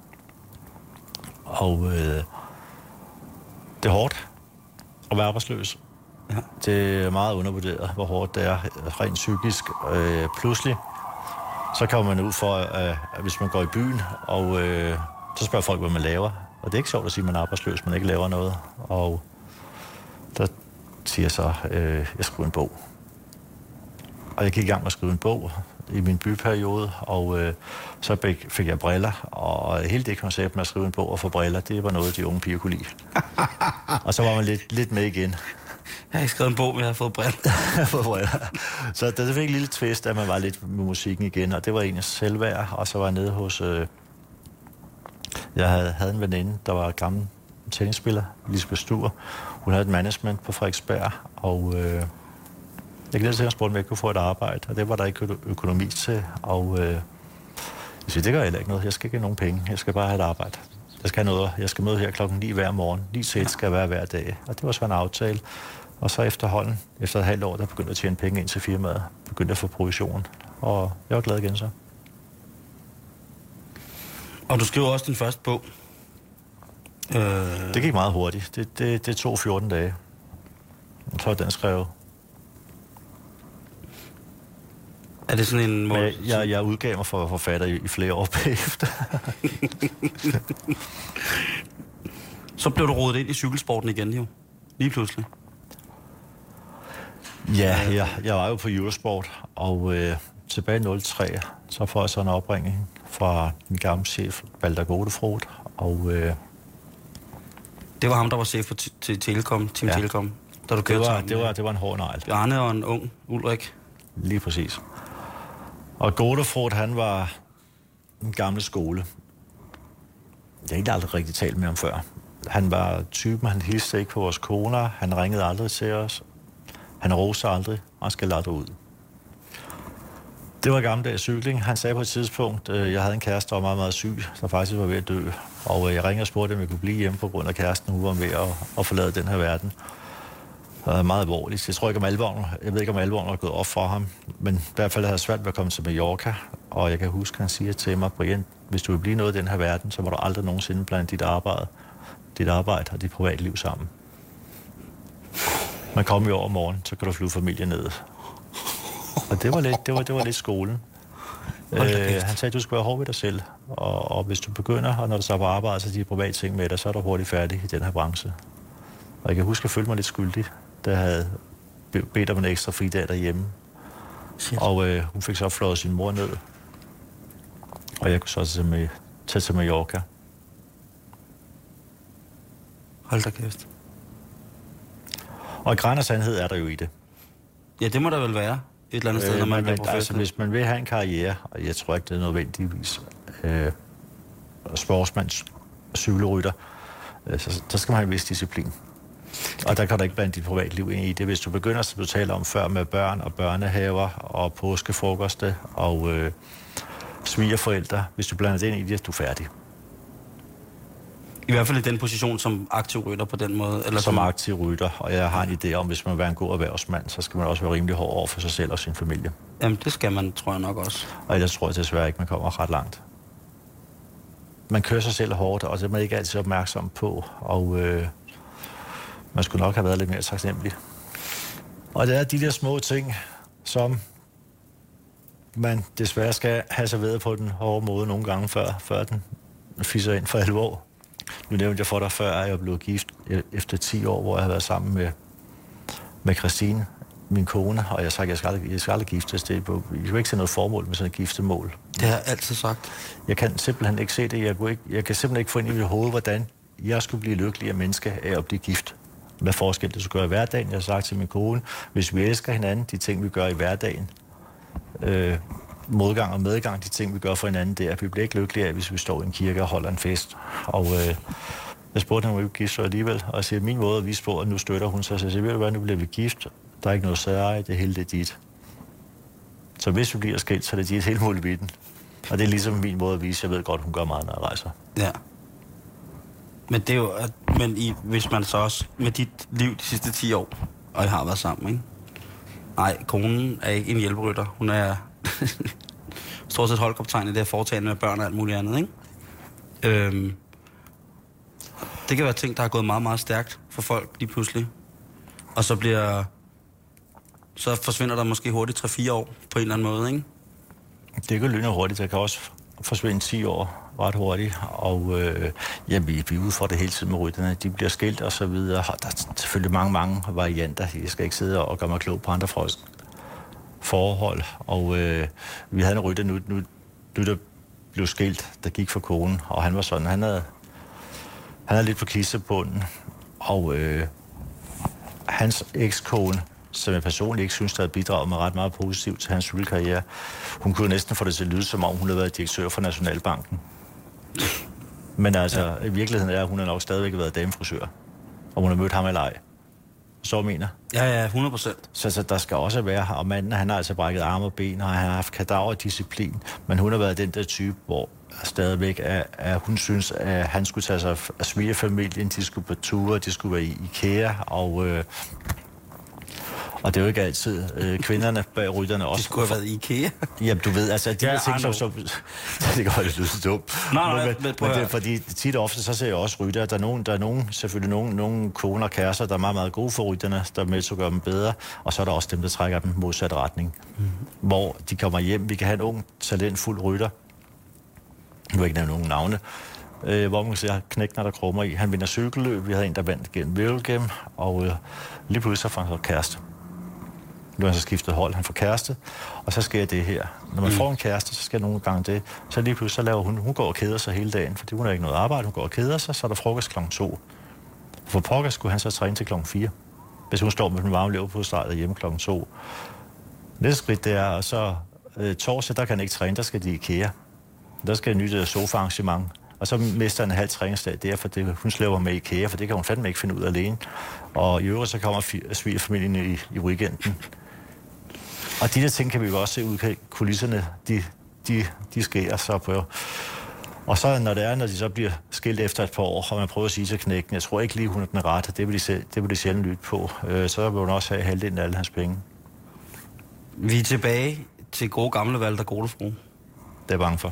Og øh, det er hårdt at være arbejdsløs. Ja. Det er meget undervurderet, hvor hårdt det er rent psykisk. Øh, pludselig så kommer man ud for, at hvis man går i byen, og øh, så spørger folk, hvad man laver. Og det er ikke sjovt at sige, at man er arbejdsløs, man ikke laver noget. Og der siger jeg så, øh, jeg skriver en bog. Og jeg gik i gang med at skrive en bog i min byperiode, og øh, så fik jeg briller. Og hele det koncept med at skrive en bog og få briller, det var noget, de unge piger kunne lide. Og så var man lidt, lidt med igen. Jeg har ikke skrevet en bog, men jeg har fået briller. jeg har fået briller. Så det fik en lille twist, at man var lidt med musikken igen, og det var egentlig selvværd. Og så var jeg nede hos... Øh, jeg havde, havde en veninde, der var gammel tennisspiller, Lisbeth Stuer. Hun havde et management på Frederiksberg, og øh, jeg glædede til at spørge, om jeg kunne få et arbejde, og det var der ikke økonomi til. Og øh, jeg siger, det gør heller ikke noget. Jeg skal ikke have nogen penge. Jeg skal bare have et arbejde. Jeg skal have noget. Jeg skal møde her klokken ni hver morgen. ni til et skal være hver dag. Og det var så en aftale. Og så efterhånden, efter et halvt år, der begyndte jeg at tjene penge ind til firmaet. Begyndte at få provision. Og jeg var glad igen så. Og du skriver også din første bog. Øh... Det gik meget hurtigt. Det, det, det tog fjorten dage. Så var den skrevet. Er det sådan en måde? Jeg, jeg, jeg udgav mig for forfatter i, i flere år bagefter. Så blev du rodet ind i cykelsporten igen, jo. Lige pludselig. Ja, jeg, jeg var jo på Eurosport, og øh, tilbage i nul tre, så får jeg så en opringning fra min gamle chef, Walter Godefroth, og... Øh, det var ham, der var chef for t- t- Telekom, Team ja. Telekom, da du det var, det, var, det var en hård negl. Bjarne og en ung Ulrik. Lige præcis. Og Godefroth, han var en gamle skole. Jeg har ikke aldrig rigtig talt med ham før. Han var typen, han hilste ikke på vores koner, han ringede aldrig til os. Han roste aldrig, og han skal aldrig ud. Det var gammeldags cykling. Han sagde på et tidspunkt, at jeg havde en kæreste, der var meget, meget syg, der faktisk var ved at dø. Og jeg ringede og spurgte, om jeg kunne blive hjemme på grund af kæresten, hun var ved at, at forlade den her verden. Det var meget alvorligt. Jeg tror ikke om alvoren, jeg ved ikke om alvoren var gået op for ham, men i hvert fald havde jeg svært ved at komme til Mallorca. Og jeg kan huske, at han siger til mig, Brian, hvis du vil blive noget i den her verden, så må du aldrig nogensinde blande dit arbejde, dit arbejde og dit privatliv sammen. Man kommer jo over morgen, så kan du flyve familien ned. Og det var lidt, det var, det var lidt skolen. Øh, han sagde, at du skal være hård ved dig selv. Og, og hvis du begynder, og når du så på arbejde, så de private ting med dig, så er du hurtigt færdig i den her branche. Og jeg kan huske, at jeg følte mig lidt skyldig, da jeg havde bedt om en ekstra fridag derhjemme. Shit. Og øh, hun fik så flået sin mor ned. Og jeg kunne så tage, med, tage til Mallorca. Hold da kæft. Og i græn og sandhed er der jo i det. Ja, det må der vel være. Et eller andet sted, øh, når man men, bliver altså, hvis man vil have en karriere, og jeg tror ikke, det er nødvendigvis øh, sportsmands cykelrytter, øh, så, så skal man have en vis disciplin. Og der kan der ikke blande dit privatliv ind i det. Hvis du begynder, som du taler om før, med børn og børnehaver og påskefrokoste og øh, svigerforældre, hvis du blander det ind i det, er du færdig. I hvert fald i den position som aktiv rytter på den måde? Eller som, som aktiv rytter, og jeg har en idé om, hvis man vil være en god erhvervsmand, så skal man også være rimelig hård over for sig selv og sin familie. Jamen, det skal man, tror jeg nok også. Og ellers tror jeg desværre ikke, man kommer ret langt. Man kører sig selv hårdt, og det er man ikke altid opmærksom på, og øh, man skulle nok have været lidt mere taknemmelig. Og det er de der små ting, som man desværre skal have serveret på den hårde måde nogle gange, før, før den fisser ind for alvor. Nu nævnte jeg for dig før, at jeg blev gift efter ti år, hvor jeg har været sammen med, med Christine, min kone, og jeg har sagt, at jeg skal aldrig, jeg skal aldrig giftes. Det er, jeg kan ikke se noget formål med sådan et giftemål. Det har jeg altid sagt. Jeg kan simpelthen ikke se det. Jeg, kunne ikke, jeg kan simpelthen ikke få ind i mit hoved, hvordan jeg skulle blive lykkelig af menneske af at blive gift. Hvad forskel det skulle gøre i hverdagen. Jeg har sagt til min kone, hvis vi elsker hinanden, de ting, vi gør i hverdagen, øh, modgang og medgang, de ting, vi gør for hinanden, det er, at vi bliver ikke lykkelige af, hvis vi står i en kirke og holder en fest. Og øh, jeg spurgte hende, om vi ville gifte sig alligevel, og jeg siger, min måde at vise på, at nu støtter hun sig. Så jeg siger, ved du hvad, nu bliver vi gift. Der er ikke noget særeje, det hele det er dit. Så hvis vi bliver skilt, så er det dit hele muligheden. Og det er ligesom min måde at vise, jeg ved godt, hun gør meget, når jeg rejser. Ja. Men det er jo, at, men i, hvis man så også med dit liv de sidste ti år, og I har været sammen, ikke? Nej, konen er ikke en hjælperytter. Hun er stort set holdkaptajn i det her foretagende med børn og alt muligt andet, ikke? Øhm, det kan være ting, der har gået meget, meget stærkt for folk lige pludselig. Og så bliver... Så forsvinder der måske hurtigt tre fire år på en eller anden måde, ikke? Det kan lyne hurtigt. Der kan også forsvinde ti år ret hurtigt. Og øh, ja, vi, vi er ude for det hele tiden med rytterne. De bliver skilt og så videre. Der er selvfølgelig mange, mange varianter. Jeg skal ikke sidde og gøre mig klog på andre folks forhold. Og øh, vi havde en rytter nu, nu, nu der blev skilt, der gik for konen. Og han var sådan, han havde, han havde lidt på kissebunden. Og øh, hans ekskone, som jeg personligt ikke synes, der havde bidraget med ret meget positivt til hans cykelkarriere. Hun kunne næsten få det til at lyde, som om hun havde været direktør for Nationalbanken. Men altså, ja. I virkeligheden er, at hun har nok stadigvæk været damefrisør. Og hun har mødt ham eller ej. Så mener. Ja, ja, hundrede procent. Så, så der skal også være, og manden, han har altså brækket arme og ben, og han har haft kadaverdisciplin. Men hun har været den der type, hvor stadigvæk er, at hun synes, at han skulle tage sig af svigerfamilien, de skulle på ture, de skulle være i IKEA, og... Øh, Og det er jo ikke altid øh, kvinderne bag rytterne også. De skulle have været i IKEA. Jamen, du ved, altså, de ja, her ting, som... som det går lidt lidt dumt. Nej, nej, men, men, men det, fordi tit og ofte, så ser jeg også rytter. Der er nogen, der er nogen, selvfølgelig nogen, nogen koner og kærester, der er meget, meget gode for rytterne, der er med til at gøre dem bedre. Og så er der også dem, der trækker dem modsat retning. Mm. Hvor de kommer hjem. Vi kan have en ung, talentfuld rytter. Nu vil ikke nævne nogen navne. Øh, hvor man kan se, at knækken der krummer i. Han vinder cykelløb. Vi havde en, der vandt gennem Vølgem. Og øh, lige pludselig får han så kæreste. Nu har han så skiftet hold, han får kæreste, og så sker det her. Når man mm. får en kæreste, så skal nogle gange det. Så lige pludselig så laver hun, hun går og keder sig hele dagen, fordi hun har ikke noget arbejde, hun går og keder sig, så er der frokost klokken to. For pokker skulle han så træne til klokken fire, hvis hun står med den varme lever på stedet hjemme klokken to. Næste skridt, det er, og så øh, torsdag, der kan han ikke træne, der skal de i IKEA. Der skal et nyt sofa-arrangement, og så mister han en halv træningsdag der, for det, hun slæver med i IKEA, for det kan hun fandme ikke finde ud af alene. Og i øvrigt, så kommer svigerfamilien i, i weekenden. Og de der ting kan vi jo også se ud af kulisserne, de, de, de sker så på. Og så når det er, når de så bliver skilt efter et par år, og man prøver at sige til knækken, jeg tror ikke lige, hun er den rette, det vil de, det vil de sjældent lytte på. Øh, så vil hun også have halvdelen af alle hans penge. Vi er tilbage til gode gamle Walter Godefroh. Det er jeg bange for.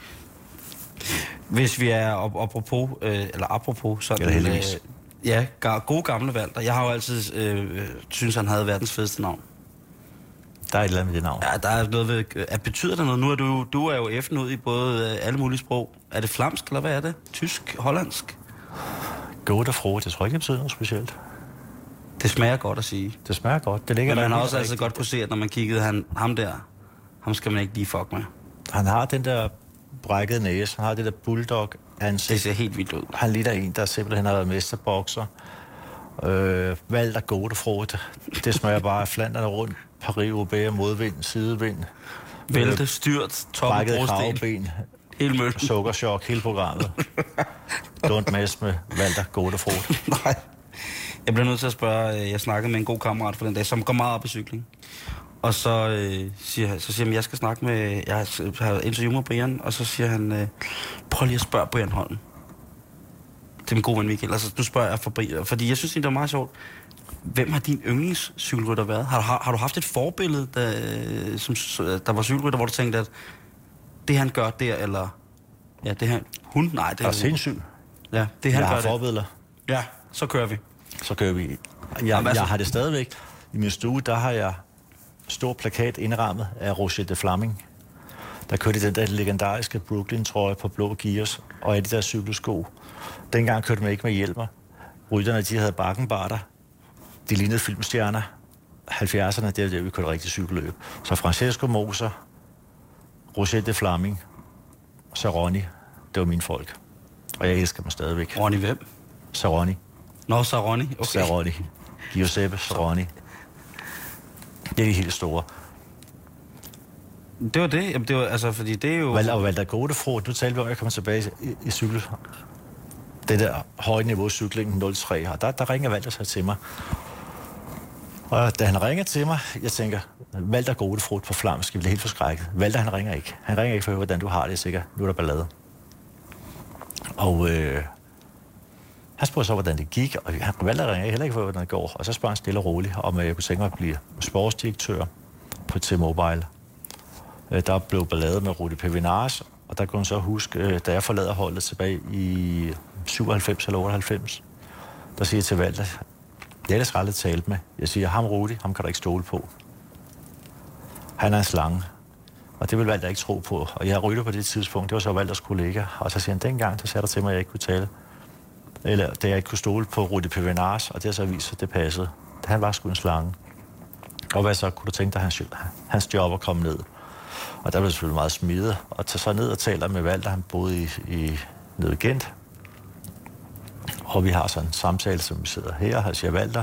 Hvis vi er op, apropos, øh, eller apropos sådan... Eller heldigvis. Øh, ja, gode gamle Walter. Jeg har jo altid øh, synes han havde verdens fedeste navn. Der er et eller andet med det navn. Ja, der er noget ved... At betyder det noget? Nu er du, du er jo effen ud i både øh, alle mulige sprog. Er det flamsk, eller hvad er det? Tysk? Hollandsk? Godefroh, det tror jeg ikke, det betyder noget specielt. Det smager godt at sige. Det smager godt. Det ligger men der man har også altså godt kunne se, at når man kiggede han, ham der, ham skal man ikke lige fuck med. Han har den der brækket næse. Han har det der bulldog ansigt. Det ser helt vildt ud. Han ligner en, der simpelthen har været mesterbokser. Øh, Walter Godefroh, det smager bare af Flanderne rundt. Paris-Roubaix, modvind, sidevind. Vælte, styrt, toppen, brækket kravben. Hele møllen. Sukkerchok, hele programmet. Don't mess med Walter Godefroh. Nej. Jeg bliver nødt til at spørge, jeg snakkede med en god kammerat for den dag, som går meget op i cykling. Og så øh, siger, så siger han, jeg skal snakke med, jeg har interviewet med Brian, og så siger han, øh, prøv lige at spørge Brian Holm. Det er min gode ven Michael. Altså, nu spørger jeg for Brian, fordi jeg synes, det er meget sjovt. Hvem har din yndlingscykelrytter været? Har, har, har du haft et forbillede, der, som, der var cykelrytter, hvor du tænkte, at det han gør der, eller ja, det han, hun, nej, det er sindssygt. Ja, det han jeg gør har forbilleder. Ja, så kører vi. Så kører vi. Jeg, Jamen, altså, jeg har det stadigvæk. I min stue, der har jeg stor plakat indrammet af Roger de Flaming. Der kørte den der legendariske Brooklyn-trøje på blå gears, og af de der cykelsko. Dengang kørte man ikke med hjelmer. Rytterne, de havde bakkenbarter. De lignede filmstjerner. halvfjerdserne, det er der, vi kørte rigtig cykelløb. Så Francesco Moser, Roger de Flaming, så Ronny, det var mine folk. Og jeg elsker dem stadigvæk. Ronny hvem? Saronni. Nå, Saronni, okay. Saronni. Giuseppe Saronni. Det er de helt store. Det var det. Jamen, det var, altså, fordi det er jo... Valder og Walter Godefroh, du talte vi om, at jeg kommer tilbage i, i cykel. Det der høje niveau cyklingen nul tre, og der, der ringer Walter sig til mig. Og da han ringer til mig, jeg tænker, Walter Godefroh på flamsk, jeg bliver helt forskrækket. Walter, han ringer ikke. Han ringer ikke for at høre, hvordan du har det, sikkert. Nu er der ballade. Og øh, han spurgte så, hvordan det gik, og han Walter ringer heller ikke for, hvordan det går. Og så spørger han stille og roligt, om jeg kunne tænke mig at blive sportsdirektør på T-Mobile. Der blev ballade med Rudi Pevinars, og der kunne man så huske, da jeg forlader holdet tilbage i syvoghalvfems eller otteoghalvfems, der siger jeg til Walter, det er ellers aldrig talt med. Jeg siger, ham Rudi, ham kan du ikke stole på. Han er en slange, og det vil Walter ikke tro på. Og jeg har ryttet på det tidspunkt, det var så Walters kollega, og så siger han, dengang, der sagde der til mig, at jeg ikke kunne tale. Eller da jeg ikke kunne stole på Rudi Pevinars, og det har så vist, at det passede. Han var sgu en slange. Og hvad så, kunne du tænke dig, hans, hans job at komme ned? Og der blev selvfølgelig meget smidet, og tage så ned og taler med Walter, han boede i, i nede i Gent. Og vi har sådan en samtale, som vi sidder her, og siger, Walter,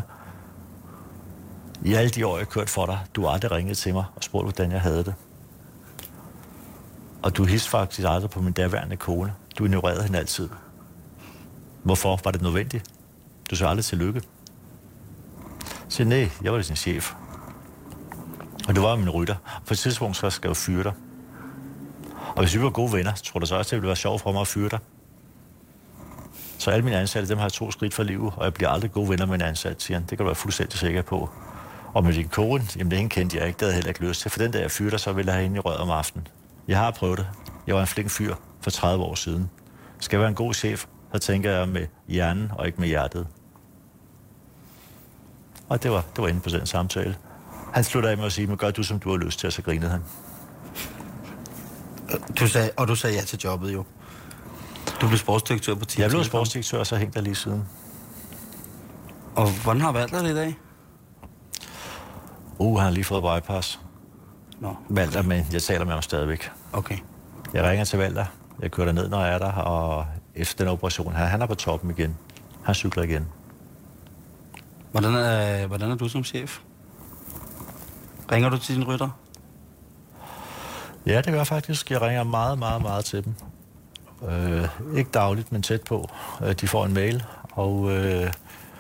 i alle de år, jeg har kørt for dig, du har aldrig ringet til mig og spurgt, hvordan jeg havde det. Og du hilste faktisk aldrig på min daværende kone. Du ignorerede hende altid. Hvorfor? Var det nødvendigt? Du sagde aldrig tillykke. Så siger, nej, jeg var din chef. Og du var min rytter. På et tidspunkt så skal jeg jo fyre dig. Og hvis vi var gode venner, så tror du så også, at det ville være sjovt for mig at fyre dig. Så alle mine ansatte, dem har jeg to skridt for livet, og jeg bliver aldrig gode venner med en ansat, siger han. Det kan du være fuldstændig sikker på. Og med din kone, jamen det hende kendte jeg ikke, det havde jeg heller ikke lyst til. For den der jeg fyrer dig, så ville jeg have hende i rød om aftenen. Jeg har prøvet det. Jeg var en flink fyr for tredive år siden. Skal jeg være en god chef, så tænker jeg med hjernen og ikke med hjertet. Og det var, det var inde på den samtale. Han slutter af med at sige, men gør du, som du har lyst til, og så grinede han. Du sagde, og du sagde ja til jobbet jo. Du blev sportsdirektør på ti. Jeg blev sportsdirektør, og så hængte jeg lige siden. Og hvordan har Walter det i dag? Uh, han har lige fået bypass. Nå. Walter, men jeg taler med ham stadigvæk. Okay. Jeg ringer til Walter. Jeg kører ned, når jeg er der, og efter den operation, han, han er på toppen igen. Han cykler igen. Hvordan er, hvordan er du som chef? Ringer du til din rytter? Ja, det gør jeg faktisk. Jeg ringer meget, meget, meget til dem. Øh, ikke dagligt, men tæt på. De får en mail, og øh,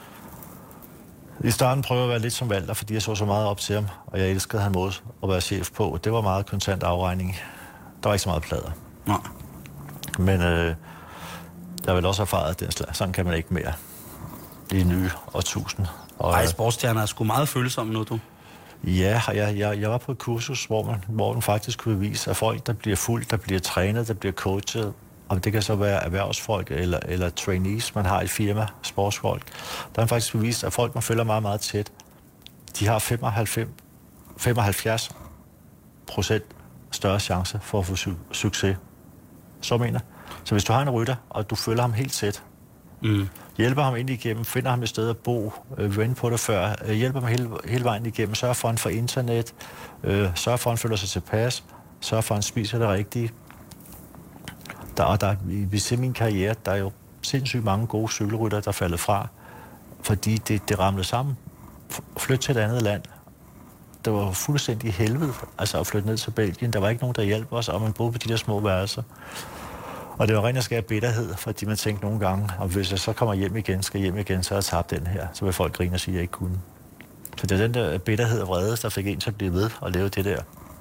i starten prøver jeg at være lidt som Walter, fordi jeg så så meget op til ham, og jeg elskede hans måde at være chef på. Det var meget kontant afregning. Der var ikke så meget plader. Nej. Men øh, jeg vil også erfare, at den slags, sådan kan man ikke mere i nye årtusind. Ej, sportsstjerner er sgu meget følsomme nu, du. Ja, jeg, jeg, jeg var på et kursus, hvor man, hvor man faktisk kunne bevise, at folk, der bliver fuldt, der bliver trænet, der bliver coachet, om det kan så være erhvervsfolk eller, eller trainees, man har i firma, sportsfolk, der har man faktisk bevist, at folk, man følger meget, meget tæt, de har femoghalvfjerds procent større chance for at få su- succes. Så mener. Så hvis du har en rytter, og du følger ham helt tæt, mm. hjælper ham ind igennem, finder ham et sted at bo, øh, vende på det før, øh, hjælper ham hele, hele vejen igennem, sørger for, at han får internet, øh, sørger for, at han føler sig tilpas, sørger for, at han spiser det rigtige, Der, og der, vi ser min karriere, der er jo sindssygt mange gode cykelrytter, der er faldet fra, fordi det, det ramlede sammen. Flytte til et andet land. Det var fuldstændig helvede, altså at flytte ned til Belgien. Der var ikke nogen, der hjalp os, og man boede på de der små værelser. Og det var rent og skær bitterhed, fordi man tænkte nogle gange, og hvis jeg så kommer hjem igen, skal hjem igen, så har jeg tabt den her. Så vil folk grine og sige, at jeg ikke kunne. Så det er den der bitterhed og vrede, der fik en til at blive ved og lave det der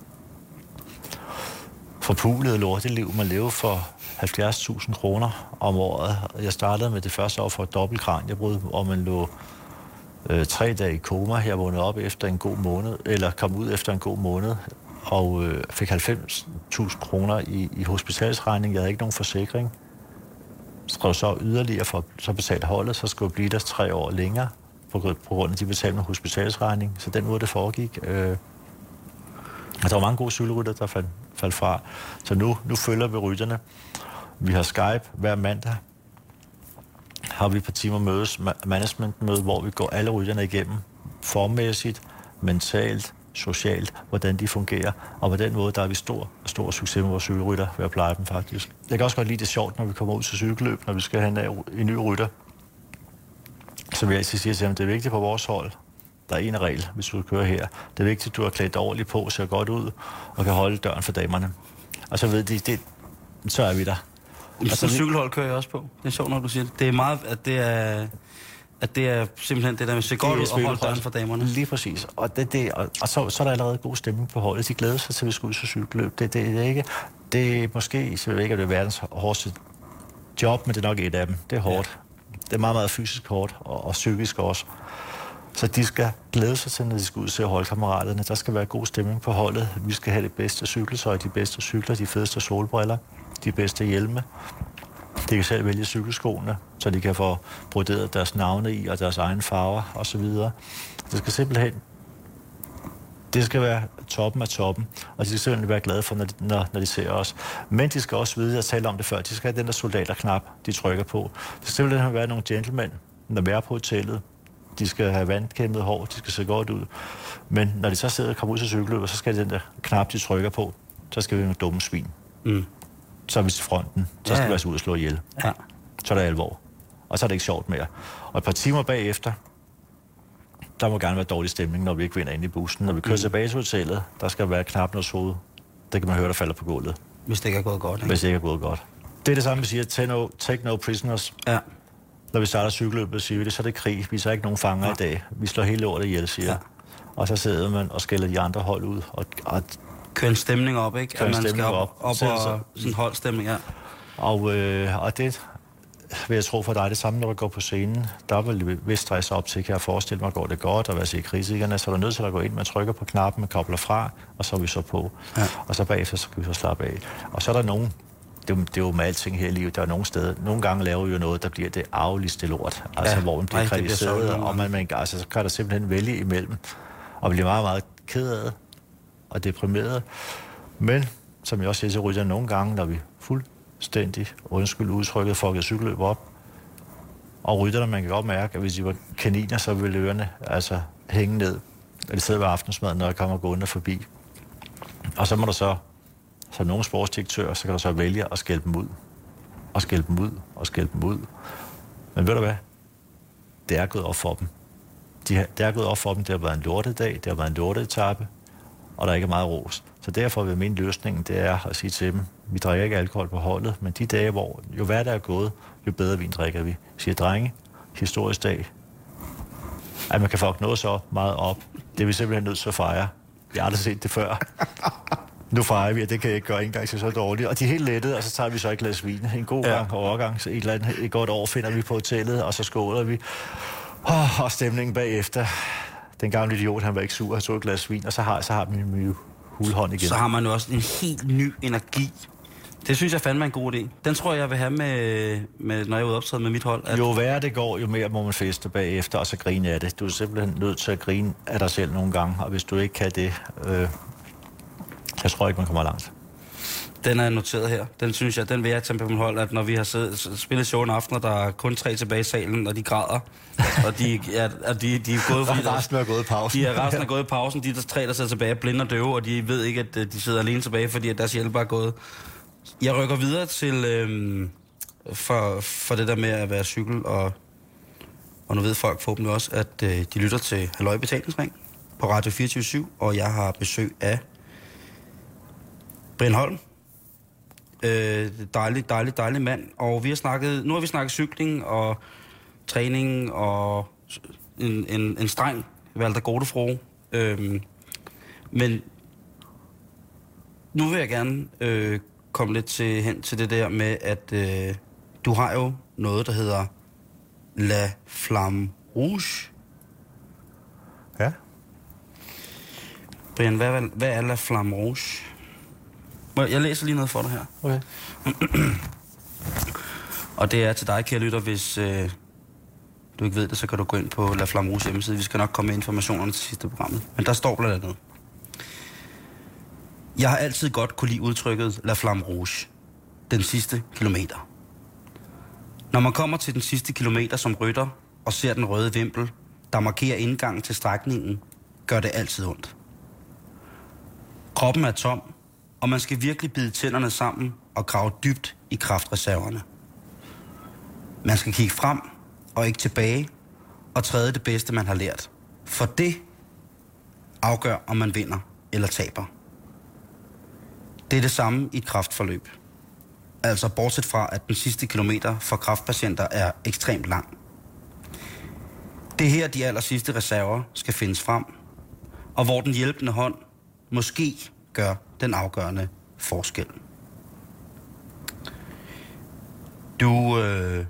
forpulede lorteliv. Man levede for halvfjerds tusind kroner om året. Jeg startede med det første år for et dobbeltkran. Jeg brugte, og man lå øh, tre dage i koma. Jeg vågnede op efter en god måned, eller kom ud efter en god måned, og øh, fik halvfems tusind kroner i, i hospitalsregning. Jeg havde ikke nogen forsikring. Skrev så yderligere for så betalt holdet, så skulle jeg blive der tre år længere, på, på grund af de betalte med hospitalsregning. Så den måde, det foregik. Øh, og der var mange gode cykelrytter, der faldt, faldt fra. Så nu, nu følger vi rytterne. Vi har Skype hver mandag. Har vi et par timer mødes, managementmøde, hvor vi går alle rytterne igennem. Formmæssigt, mentalt, socialt, hvordan de fungerer. Og på den måde, der er vi stor, stor succes med vores cykelrytter, ved at pleje dem faktisk. Jeg kan også godt lide det sjovt, når vi kommer ud til cykelløb, når vi skal have en, en ny rytter. Så vil jeg altid sige til ham, det er vigtigt på vores hold. Der er en regel, hvis du kører her. Det er vigtigt, at du har klædt ordentligt på, ser godt ud, og kan holde døren for damerne. Og så ved de, det, så er vi der. Altså, så cykelhold kører jeg også på. Det er sjovt, når du siger det. Det er meget, at det er, at det er simpelthen det der med, se godt ud og holde døren for damerne. Lige præcis. Og, det, det, og, og så, så er der allerede god stemning på holdet. De glæder sig til, at vi skal ud til cykelløb. Det, det, det er ikke, det er måske, så jeg ved ikke, om det er verdens hårdeste job, men det er nok et af dem. Det er hårdt. Ja. Det er meget, meget fysisk hårdt, og, og psykisk også. Så de skal glæde sig til, når de skal ud til holdkammeraterne. Der skal være god stemning på holdet. Vi skal have det bedste cykeltøj, de bedste cykler, de fedeste solbriller, de bedste hjelme. De kan selv vælge cykelskoene, så de kan få broderet deres navne i og deres egne farver osv. Det skal simpelthen det skal være toppen af toppen, og de skal simpelthen være glade for, når de, når, når de ser os. Men de skal også vide, jeg talte om det før, de skal have den der soldaterknap, de trykker på. Det skal simpelthen være nogle gentlemen, der er på hotellet. De skal have vandkæmpet hår, de skal se godt ud. Men når de så sidder og kommer ud til cykelløbet, så skal den der knap, de trykker på, så skal vi have nogle dumme svin. Mm. Så er vi til fronten, så skal ja, ja. vi altså ud og slå ihjel. Ja. Så er der alvor. Og så er det ikke sjovt mere. Og et par timer bagefter, der må gerne være dårlig stemning, når vi ikke vinder ind i bussen. Når vi kører mm. tilbage til hotellet, der skal være knap noget hoved. Det kan man høre, der falder på gulvet. Hvis det ikke er gået godt, ikke? Hvis det ikke er gået godt. Det er det samme, vi siger, take no, take no prisoners. Ja. Når vi starter cykelløbet, siger vi det, så er det krig. Vi er ikke nogen fanger ja. i dag. Vi slår hele lortet ihjel, siger ja. Og så sidder man og skælder de andre hold ud. Og, og kører en stemning op, ikke? At man skal op, op, op og sådan en holdstemning, ja. Og, øh, og det vil jeg tro for dig det samme, når du går på scenen. Der er vel vist stress op til, kan jeg forestille mig, går det godt, og hvad siger kritikerne, så er du nødt til at gå ind, man trykker på knappen, man kobler fra, og så er vi så på. Ja. Og så bagefter, så kan vi så slappe af. Og så er der nogen, det, det er jo med alting her i livet, der er nogle steder, nogle gange laver vi jo noget, der bliver det arveligste lort, altså ja. hvor man bliver kritiseret, og man, man, altså, så kan der simpelthen vælge imellem, og bliver meget, meget ked af og deprimeret. Men, som jeg også siger til rytterne nogle gange, når vi fuldstændig, undskyld udtrykket, fucket cykelløb op, og rytterne, man kan godt mærke, at hvis de var kaniner, så ville ørerne altså hænge ned, og de sidder ved aftensmaden, når jeg kommer gående forbi. Og så må der så, som nogle sportsdirektører, så kan du så vælge at skælde dem ud, og skælde dem ud, og skælde dem ud. Men ved du hvad? Det er gået op for dem. De har, det er gået op for dem, det har været en lortedag, det har været en lorteetappe, og der er ikke meget ros. Så derfor vil min løsning, det er at sige til dem, vi drikker ikke alkohol på holdet, men de dage, hvor jo værre der er gået, jo bedre vin drikker vi. Vi siger, drenge, historisk dag, at man kan fuck noget så meget op. Det er vi simpelthen nødt til at fejre. Jeg har aldrig set det før. Nu fejrer vi, og det kan jeg ikke gøre ikke engang så dårligt. Og de er helt lettede, og så tager vi så et glas vin. En god gang på overgang, så et, eller andet, et godt år finder vi på hotellet, og så skåler vi. Oh, og stemningen bagefter. Den gamle idiot, han var ikke sur, han tog et glas vin, og så har, så har vi min hulhånd igen. Så har man jo også en helt ny energi. Det synes jeg fandme er en god idé. Den tror jeg, jeg vil have med, med når jeg er ude optræde med mit hold. At... Jo værre det går, jo mere må man feste bagefter, og så grine af det. Du er simpelthen nødt til at grine af dig selv nogle gange, og hvis du ikke kan det, øh, jeg tror ikke, man kommer langt. Den er noteret her. Den synes jeg, den vil jeg tage på mit hold, at når vi har siddet, spillet show en aften, og der er kun tre tilbage i salen, og de græder, og de, ja, de, de er gået... Fordi resten er gået i pausen. De er resten er gået i pausen. De der tre, der sidder tilbage, blinde og døve, og de ved ikke, at de sidder alene tilbage, fordi at deres hjælp er gået. Jeg rykker videre til, øhm, for, for det der med at være cykel, og, og nu ved folk forhåbentlig også, at øh, de lytter til Halløj Betalingsring på Radio fireogtyve syv, og jeg har besøg af Brian Holm. Øh, dejlig, dejlig, dejlig mand. Og vi har snakket, nu har vi snakket cykling og træning og en, en, en streng Walter Godefroh. Øh, men nu vil jeg gerne øh, komme lidt til, hen til det der med, at øh, du har jo noget, der hedder La Flamme Rouge. Ja. Brian, hvad, hvad er La Flamme Rouge? Jeg læser lige noget for dig her. Okay. Og det er til dig, kære lytter, hvis øh, du ikke ved det, så kan du gå ind på La Flamme Rouge hjemmeside. Vi skal nok komme med informationerne til sidste programmet. Men der står blandt andet: Jeg har altid godt kunne lide udtrykket La Flamme Rouge. Den sidste kilometer. Når man kommer til den sidste kilometer som rytter og ser den røde vimpel, der markerer indgangen til strækningen, gør det altid ondt. Kroppen er tom, og man skal virkelig bide tænderne sammen og grave dybt i kraftreserverne. Man skal kigge frem og ikke tilbage og træde det bedste, man har lært. For det afgør, om man vinder eller taber. Det er det samme i et kræftforløb. Altså bortset fra, at den sidste kilometer for kræftpatienter er ekstremt lang. Det er her, de aller sidste reserver skal findes frem, og hvor den hjælpende hånd måske gør den afgørende forskel. Du, øh,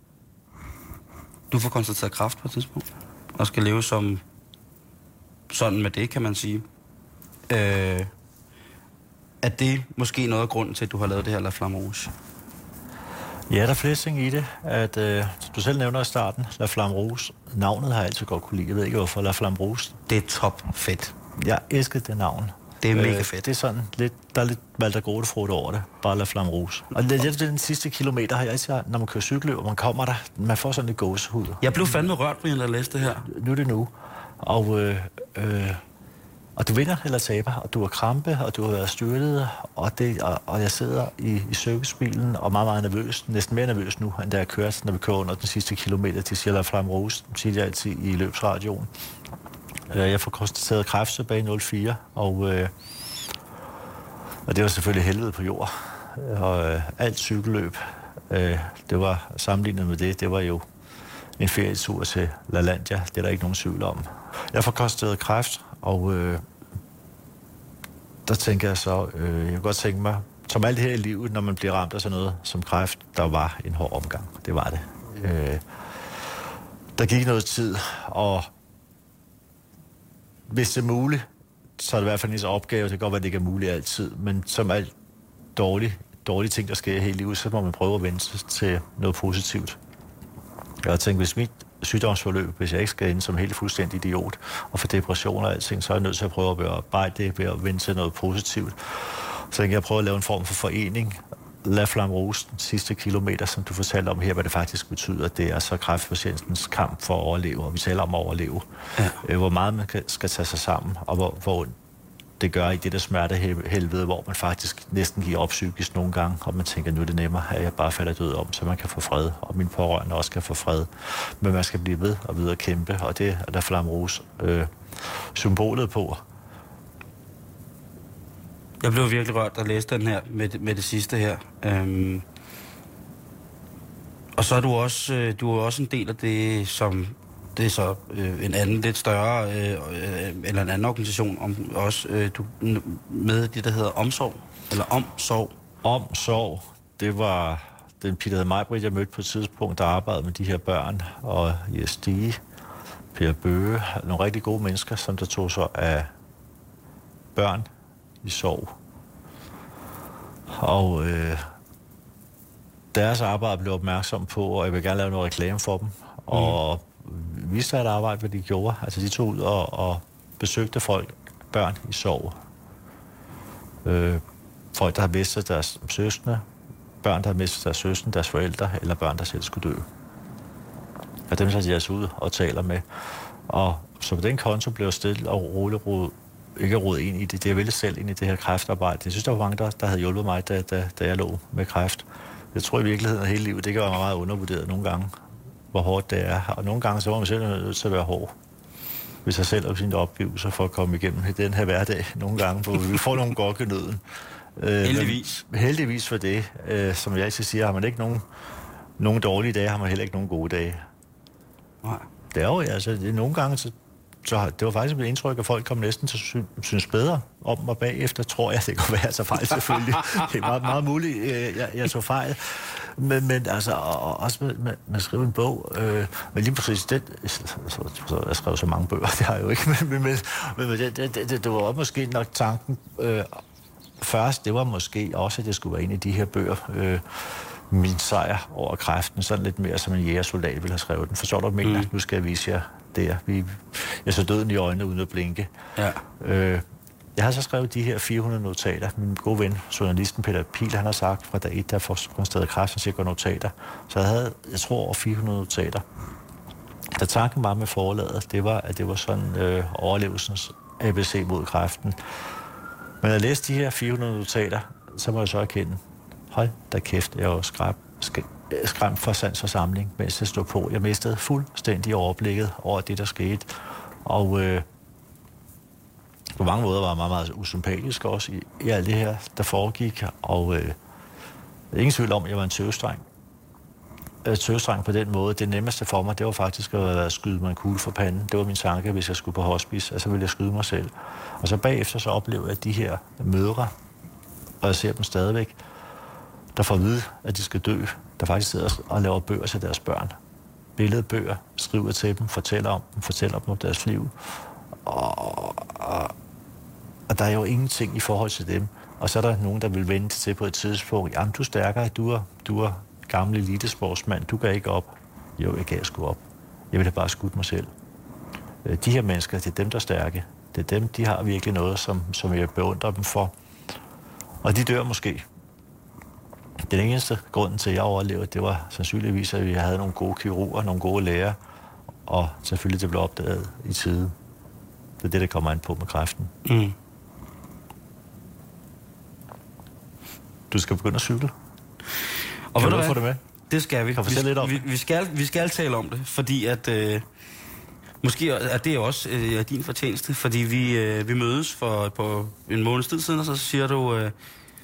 du får konstateret kræft på et tidspunkt, og skal leve som sådan med det, kan man sige. Øh, er det måske noget af grunden til, at du har lavet det her La Flamme Rouge? Ja, der er flere ting i det. At, øh, du selv nævner i starten, La Flamme Rouge. Navnet har jeg altid godt kunne lide. Jeg ved ikke, hvorfor La Flamme Rouge. Det er top fedt. Jeg elskede det navn. Det er mega øh, fedt. Det er sådan lidt, der er lidt Walter Godefroh over det. Bare La Flamme Rouge. Og det, det, den sidste kilometer har jeg altid, når man kører cykelløb, og man kommer der, man får sådan lidt gåsehud. Jeg blev fandme rørt, Brian, da jeg læste det her. Nu er det nu. Og, øh, øh, og du vinder eller taber, og du har krampe, og du har været styrtet, og, det, og, og jeg sidder i, i servicebilen og meget, meget nervøs. Næsten mere nervøs nu, end da jeg kørte, når vi kører under den sidste kilometer til siger La Flamme Rouge, siger jeg altid i løbsradioen. Jeg får konstateret kræft tilbage i nul fire, og, øh, og det var selvfølgelig helvede på jord. Og øh, alt cykelløb, øh, det var sammenlignet med det, det var jo en ferietur til LaLandia. Det er der ikke nogen tvivl om. Jeg får konstateret kræft, og øh, der tænker jeg så, øh, jeg kan godt tænke mig, som alt her i livet, når man bliver ramt af sådan noget som kræft, der var en hård omgang. Det var det. Øh, der gik noget tid, og hvis det er muligt, så er det i hvert fald en opgave. Det kan godt være, at det ikke er muligt altid, men som alt dårlige, dårlige ting, der sker hele livet, så må man prøve at vende til noget positivt. Jeg har tænkt, hvis mit sygdomsforløb, hvis jeg ikke skal ende som helt fuldstændig idiot og få depression og alting, så er jeg nødt til at prøve at bearbejde det ved at vende til noget positivt. Så jeg prøver at lave en form for forening. La Flamme Rouge, den sidste kilometer, som du fortalte om her, hvad det faktisk betyder, det er så kræftpatientens kamp for at overleve, og vi taler om at overleve. Ja. Hvor meget man skal tage sig sammen, og hvor, hvor det gør i det der smertehelvede, hvor man faktisk næsten giver op psykisk nogle gange, og man tænker, nu er det nemmere, at jeg bare falder død om, så man kan få fred, og min pårørende også kan få fred. Men man skal blive ved og videre kæmpe, og det er La Flamme Rouge øh, symbolet på. Jeg blev virkelig rørt at læse den her med, med det sidste her. Øhm, og så er du også, øh, du er også en del af det, som det er så øh, en anden lidt større, øh, øh, eller en anden organisation, om, også øh, du, med det, der hedder Omsorg, eller Omsorg. Omsorg, det var den pige, der hedder Majbrit, jeg mødte på et tidspunkt, der arbejdede med de her børn, og Jes Stige, Per Bøge, nogle rigtig gode mennesker, som der tog sig af børn i sorg. Og øh, deres arbejde blev opmærksom på, og jeg vil gerne lave noget reklame for dem. Og mm. viste et arbejde, hvad de gjorde. Altså de tog ud og, og besøgte folk, børn i sorg. Øh, folk, der har mistet deres søskende, børn, der har mistet deres søskende, deres forældre, eller børn, der selv skulle dø. Og dem satte de altså ud og taler med. Og så på den konto blev stille og roligt ikke rode ind i det. Det er vel selv ind i det her kræftarbejde. Jeg synes, der var mange, der, der havde hjulpet mig, da, da, da jeg lå med kræft. Jeg tror i virkeligheden, at hele livet, det kan være meget undervurderet nogle gange, hvor hårdt det er. Og nogle gange, så var man selv nødt til at være hård ved sig selv og sine opgivelser for at komme igennem den her hverdag nogle gange, hvor vi får nogle gokkenøden. Heldigvis. Men, heldigvis for det. Øh, som jeg altid siger, har man ikke nogen, nogen dårlige dage, har man heller ikke nogen gode dage. Nej. Det er jo, altså, det er nogle gange, så, så det var faktisk et indtryk, at folk kom næsten til at synes bedre om mig bagefter, tror jeg. Det kunne være så fejl selvfølgelig. Det er meget, meget muligt, jeg, jeg tog fejl. Men, men altså, og også med, med, med at skrive en bog, øh, men lige præcis det, så, så jeg skrev så mange bøger, det har jeg jo ikke, men, men, men, men det, det, det, det var også måske nok tanken øh, først, det var måske også, at det skulle være en af de her bøger, øh, min sejr over kræften, sådan lidt mere som en jægersoldat ville have skrevet den. Forstår du, hvad jeg mener? Mm. Nu skal jeg vise jer der. Vi, jeg så døden i øjnene uden at blinke. Ja. Øh, jeg har så skrevet de her fire hundrede notater. Min gode ven, journalisten Peter Pihl, han har sagt fra dag et, der får konstateret kræft, han siger notater. Så jeg havde, jeg tror, over fire hundrede notater. Da tanken var med forlaget, det var, at det var sådan øh, overlevelsens A B C mod kræften. Men jeg læste de her fire hundrede notater, så må jeg så erkende, hold da kæft, jeg var skræmt, skræmt for sans og samling, mens jeg stod på. Jeg mistede fuldstændig overblikket over det, der skete. Og øh, på mange måder var jeg meget, meget usympatisk også i, i alt det her, der foregik. Og øh, ingen tvivl om, at jeg var en tøvestreng. Tøvestreng på den måde. Det nemmeste for mig, det var faktisk at skyde mig en kugle for panden. Det var min tanke, hvis jeg skulle på hospice. Altså ville jeg skyde mig selv. Og så bagefter så oplevede jeg de her mødre, og jeg ser dem stadigvæk, der får at vide, at de skal dø, der faktisk sidder og laver bøger til deres børn. Billedbøger, skriver til dem, fortæller om dem, fortæller dem om deres liv. Og, og, og der er jo ingenting i forhold til dem. Og så er der nogen, der vil vente til på et tidspunkt, jamen du er stærkere, du er, du er gammel elitesportsmand, du kan ikke op. Jo, jeg kan sgu op. Jeg vil have bare skudt mig selv. De her mennesker, det er dem, der er stærke. Det er dem, de har virkelig noget, som, som jeg beundrer dem for. Og de dør måske. Den eneste grund til, at jeg overlevede, det var sandsynligvis, at vi havde nogle gode kirurger, nogle gode læger, og selvfølgelig det blev opdaget i tide. Det er det, der kommer an på med kræften. Mm. Du skal begynde at cykle. Og kan du få det med? Det skal vi. Kan vi, lidt om vi, vi, skal, vi skal tale om det, fordi at... Øh, måske er det også øh, din fortjeneste, fordi vi, øh, vi mødes for på en måneds tid siden, og så siger du... Øh,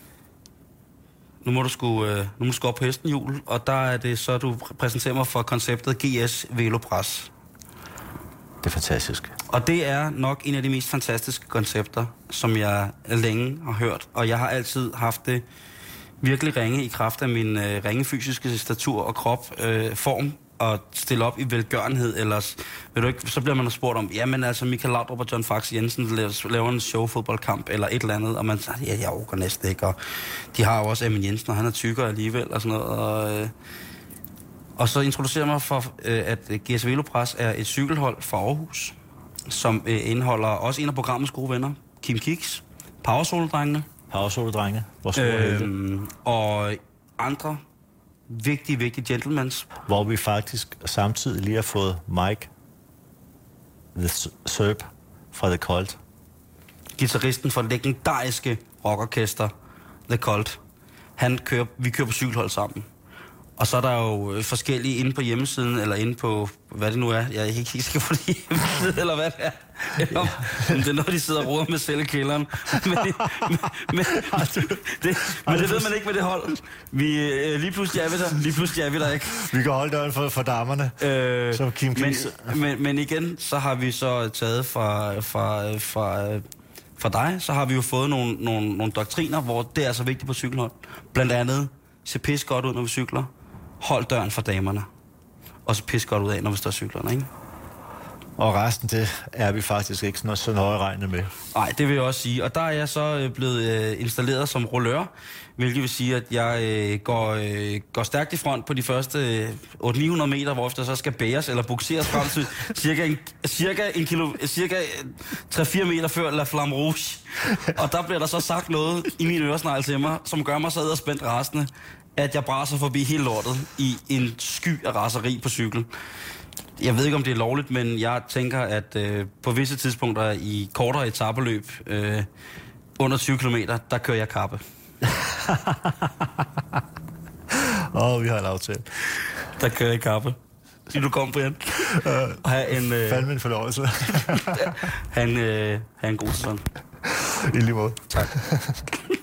Nu må du sgu, øh, nu må du sgu op på hestenhjul, og der er det så, du præsenterer mig for konceptet G S Velopres. Det er fantastisk. Og det er nok en af de mest fantastiske koncepter, som jeg længe har hørt. Og jeg har altid haft det virkelig ringe i kraft af min øh, ringe fysiske statur og krop, øh, form, at stille op i velgørenhed, ellers ved du ikke, så bliver man spurgt om, jamen altså Michael Laudrup og John Fax Jensen laver en showfodboldkamp eller et eller andet, og man siger, ja, jeg overgår næsten ikke, og de har jo også Amin Jensen, og han er tykkere alligevel, og sådan noget, og, øh, og så introducerer mig for, øh, at G S Velopres er et cykelhold fra Aarhus, som øh, indeholder også en af programmets gode venner, Kim Kiks, Powersolo-drengene. Powersolo-drengene, hvor store øhm, og andre vigtige, vigtige gentlemans. Hvor vi faktisk samtidig lige har fået Mike The Serp fra The Cult. Gitarristen for det legendariske rockorkester The Cult. Han kører, vi kører på cykelhold sammen. Og så er der jo forskellige inde på hjemmesiden, eller inde på, hvad det nu er. Jeg er ikke helt sikker på det hjemmeside, eller hvad det er. Eller, det er noget, de sidder og roder med selv i kælderen. Men, men, men, det, men det ved man ikke med det hold. Vi, lige pludselig er vi der, lige pludselig er vi der ikke. Vi kan holde døren for, for damerne, øh, som Kim men, men, men igen, så har vi så taget fra, fra, fra, fra dig, så har vi jo fået nogle, nogle, nogle doktriner, hvor det er så vigtigt på cykelhold. Blandt andet, se pis godt ud, når vi cykler. Hold døren for damerne. Og så pis godt ud af, når vi står cyklerne, ikke? Og resten, det er vi faktisk ikke sådan, så nøje regnet med. Nej, det vil jeg også sige. Og der er jeg så blevet øh, installeret som rullør, hvilket vil sige, at jeg øh, går, øh, går stærkt i front på de første øh, otte hundrede til ni hundrede meter, hvorefter så skal bæres eller bukseres frem til cirka en, cirka en kilo, cirka tre til fire meter før La Flamme Rouge. Og der bliver der så sagt noget i mine øresnegle til mig, som gør mig så edderspændt rasende, at jeg braser forbi hele lortet i en sky af raseri på cykel. Jeg ved ikke, om det er lovligt, men jeg tænker, at øh, på visse tidspunkter i kortere etapeløb, øh, under tyve kilometer, der kører jeg kappe. Åh, oh, vi har en aftale. Der kører jeg kappe. Vil du komme, Brian? Uh, ha en, øh, fandme en fornøjelse. han, øh, ha en god sæson. I lige måde. Tak.